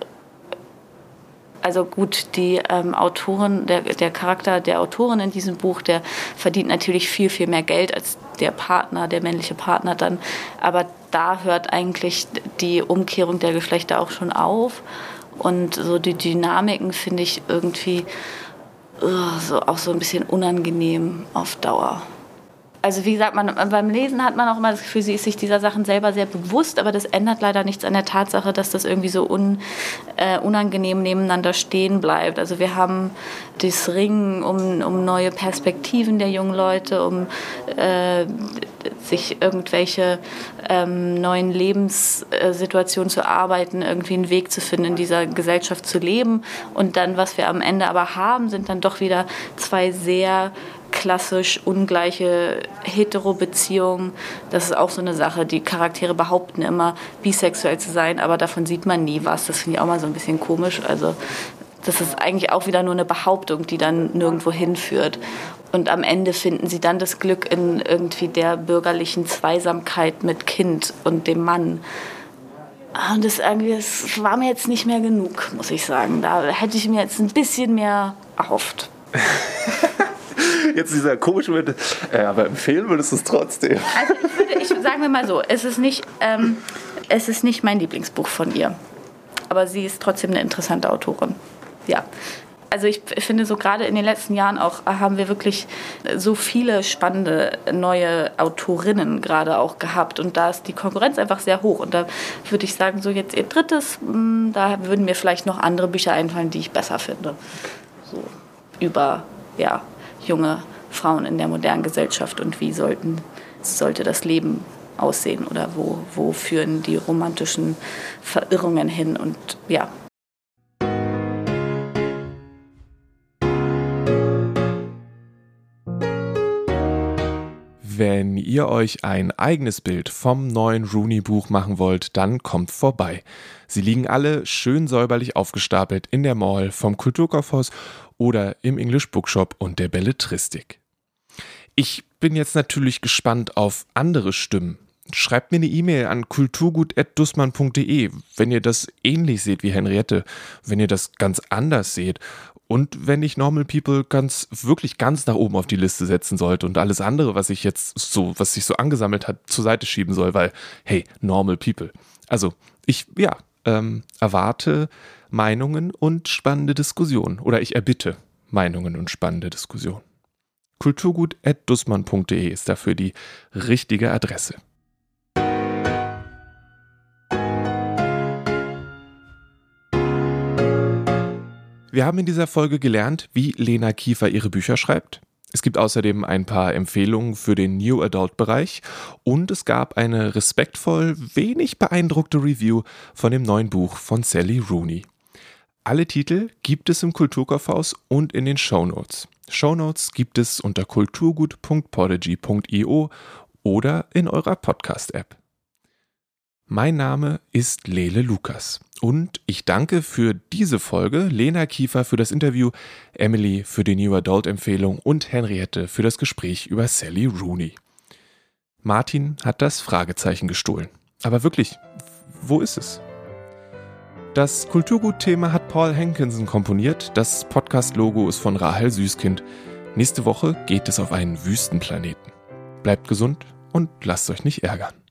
Speaker 5: also gut, die ähm, Autorin, der, der Charakter der Autorin in diesem Buch, der verdient natürlich viel, viel mehr Geld als der Partner, der männliche Partner dann. Aber da hört eigentlich die Umkehrung der Geschlechter auch schon auf. Und so die Dynamiken finde ich irgendwie uh, so, auch so ein bisschen unangenehm auf Dauer. Also wie gesagt, man, beim Lesen hat man auch immer das Gefühl, sie ist sich dieser Sachen selber sehr bewusst, aber das ändert leider nichts an der Tatsache, dass das irgendwie so un, äh, unangenehm nebeneinander stehen bleibt. Also wir haben das Ringen um, um neue Perspektiven der jungen Leute, um äh, sich irgendwelche ähm, neuen Lebenssituationen zu arbeiten, irgendwie einen Weg zu finden, in dieser Gesellschaft zu leben. Und dann, was wir am Ende aber haben, sind dann doch wieder zwei sehr klassisch ungleiche Hetero-Beziehungen. Das ist auch so eine Sache. Die Charaktere behaupten immer, bisexuell zu sein, aber davon sieht man nie was. Das finde ich auch mal so ein bisschen komisch. Also das ist eigentlich auch wieder nur eine Behauptung, die dann nirgendwo hinführt. Und am Ende finden sie dann das Glück in irgendwie der bürgerlichen Zweisamkeit mit Kind und dem Mann. Und das, irgendwie, das war mir jetzt nicht mehr genug, muss ich sagen. Da hätte ich mir jetzt ein bisschen mehr erhofft.
Speaker 4: Jetzt dieser komische Moment, äh, aber empfehlen würdest du es trotzdem.
Speaker 5: Also ich würde, ich sagen wir mal so, es ist nicht, ähm, es ist nicht mein Lieblingsbuch von ihr, aber sie ist trotzdem eine interessante Autorin. Ja, also ich finde so gerade in den letzten Jahren auch haben wir wirklich so viele spannende neue Autorinnen gerade auch gehabt, und da ist die Konkurrenz einfach sehr hoch, und da würde ich sagen, so jetzt ihr drittes, mh, da würden mir vielleicht noch andere Bücher einfallen, die ich besser finde. So über, ja, junge Frauen in der modernen Gesellschaft und wie sollten, sollte das Leben aussehen oder wo, wo führen die romantischen Verirrungen hin und ja.
Speaker 1: Wenn ihr euch ein eigenes Bild vom neuen Rooney-Buch machen wollt, dann kommt vorbei. Sie liegen alle schön säuberlich aufgestapelt in der Mall vom Kulturkaufhaus oder im English Bookshop und der Belletristik. Ich bin jetzt natürlich gespannt auf andere Stimmen. Schreibt mir eine E-Mail an kulturgut at dussmann punkt de, wenn ihr das ähnlich seht wie Henriette, wenn ihr das ganz anders seht und wenn ich Normal People ganz, wirklich ganz nach oben auf die Liste setzen sollte und alles andere, was ich jetzt so, was sich so angesammelt hat, zur Seite schieben soll, weil, hey, Normal People. Also, ich, ja, ähm, erwarte Meinungen und spannende Diskussionen oder ich erbitte Meinungen und spannende Diskussionen. kulturgut at dussmann punkt de ist dafür die richtige Adresse. Wir haben in dieser Folge gelernt, wie Lena Kiefer ihre Bücher schreibt. Es gibt außerdem ein paar Empfehlungen für den New Adult-Bereich und es gab eine respektvoll wenig beeindruckte Review von dem neuen Buch von Sally Rooney. Alle Titel gibt es im Kulturkaufhaus und in den Shownotes. Shownotes gibt es unter kulturgut punkt podigy punkt io oder in eurer Podcast-App. Mein Name ist Lele Lukas und ich danke für diese Folge Lena Kiefer für das Interview, Emily für die New Adult-Empfehlung und Henriette für das Gespräch über Sally Rooney. Martin hat das Fragezeichen gestohlen. Aber wirklich, wo ist es? Das Kulturgut-Thema hat Paul Hankinson komponiert, das Podcast-Logo ist von Rahel Süßkind. Nächste Woche geht es auf einen Wüstenplaneten. Bleibt gesund und lasst euch nicht ärgern.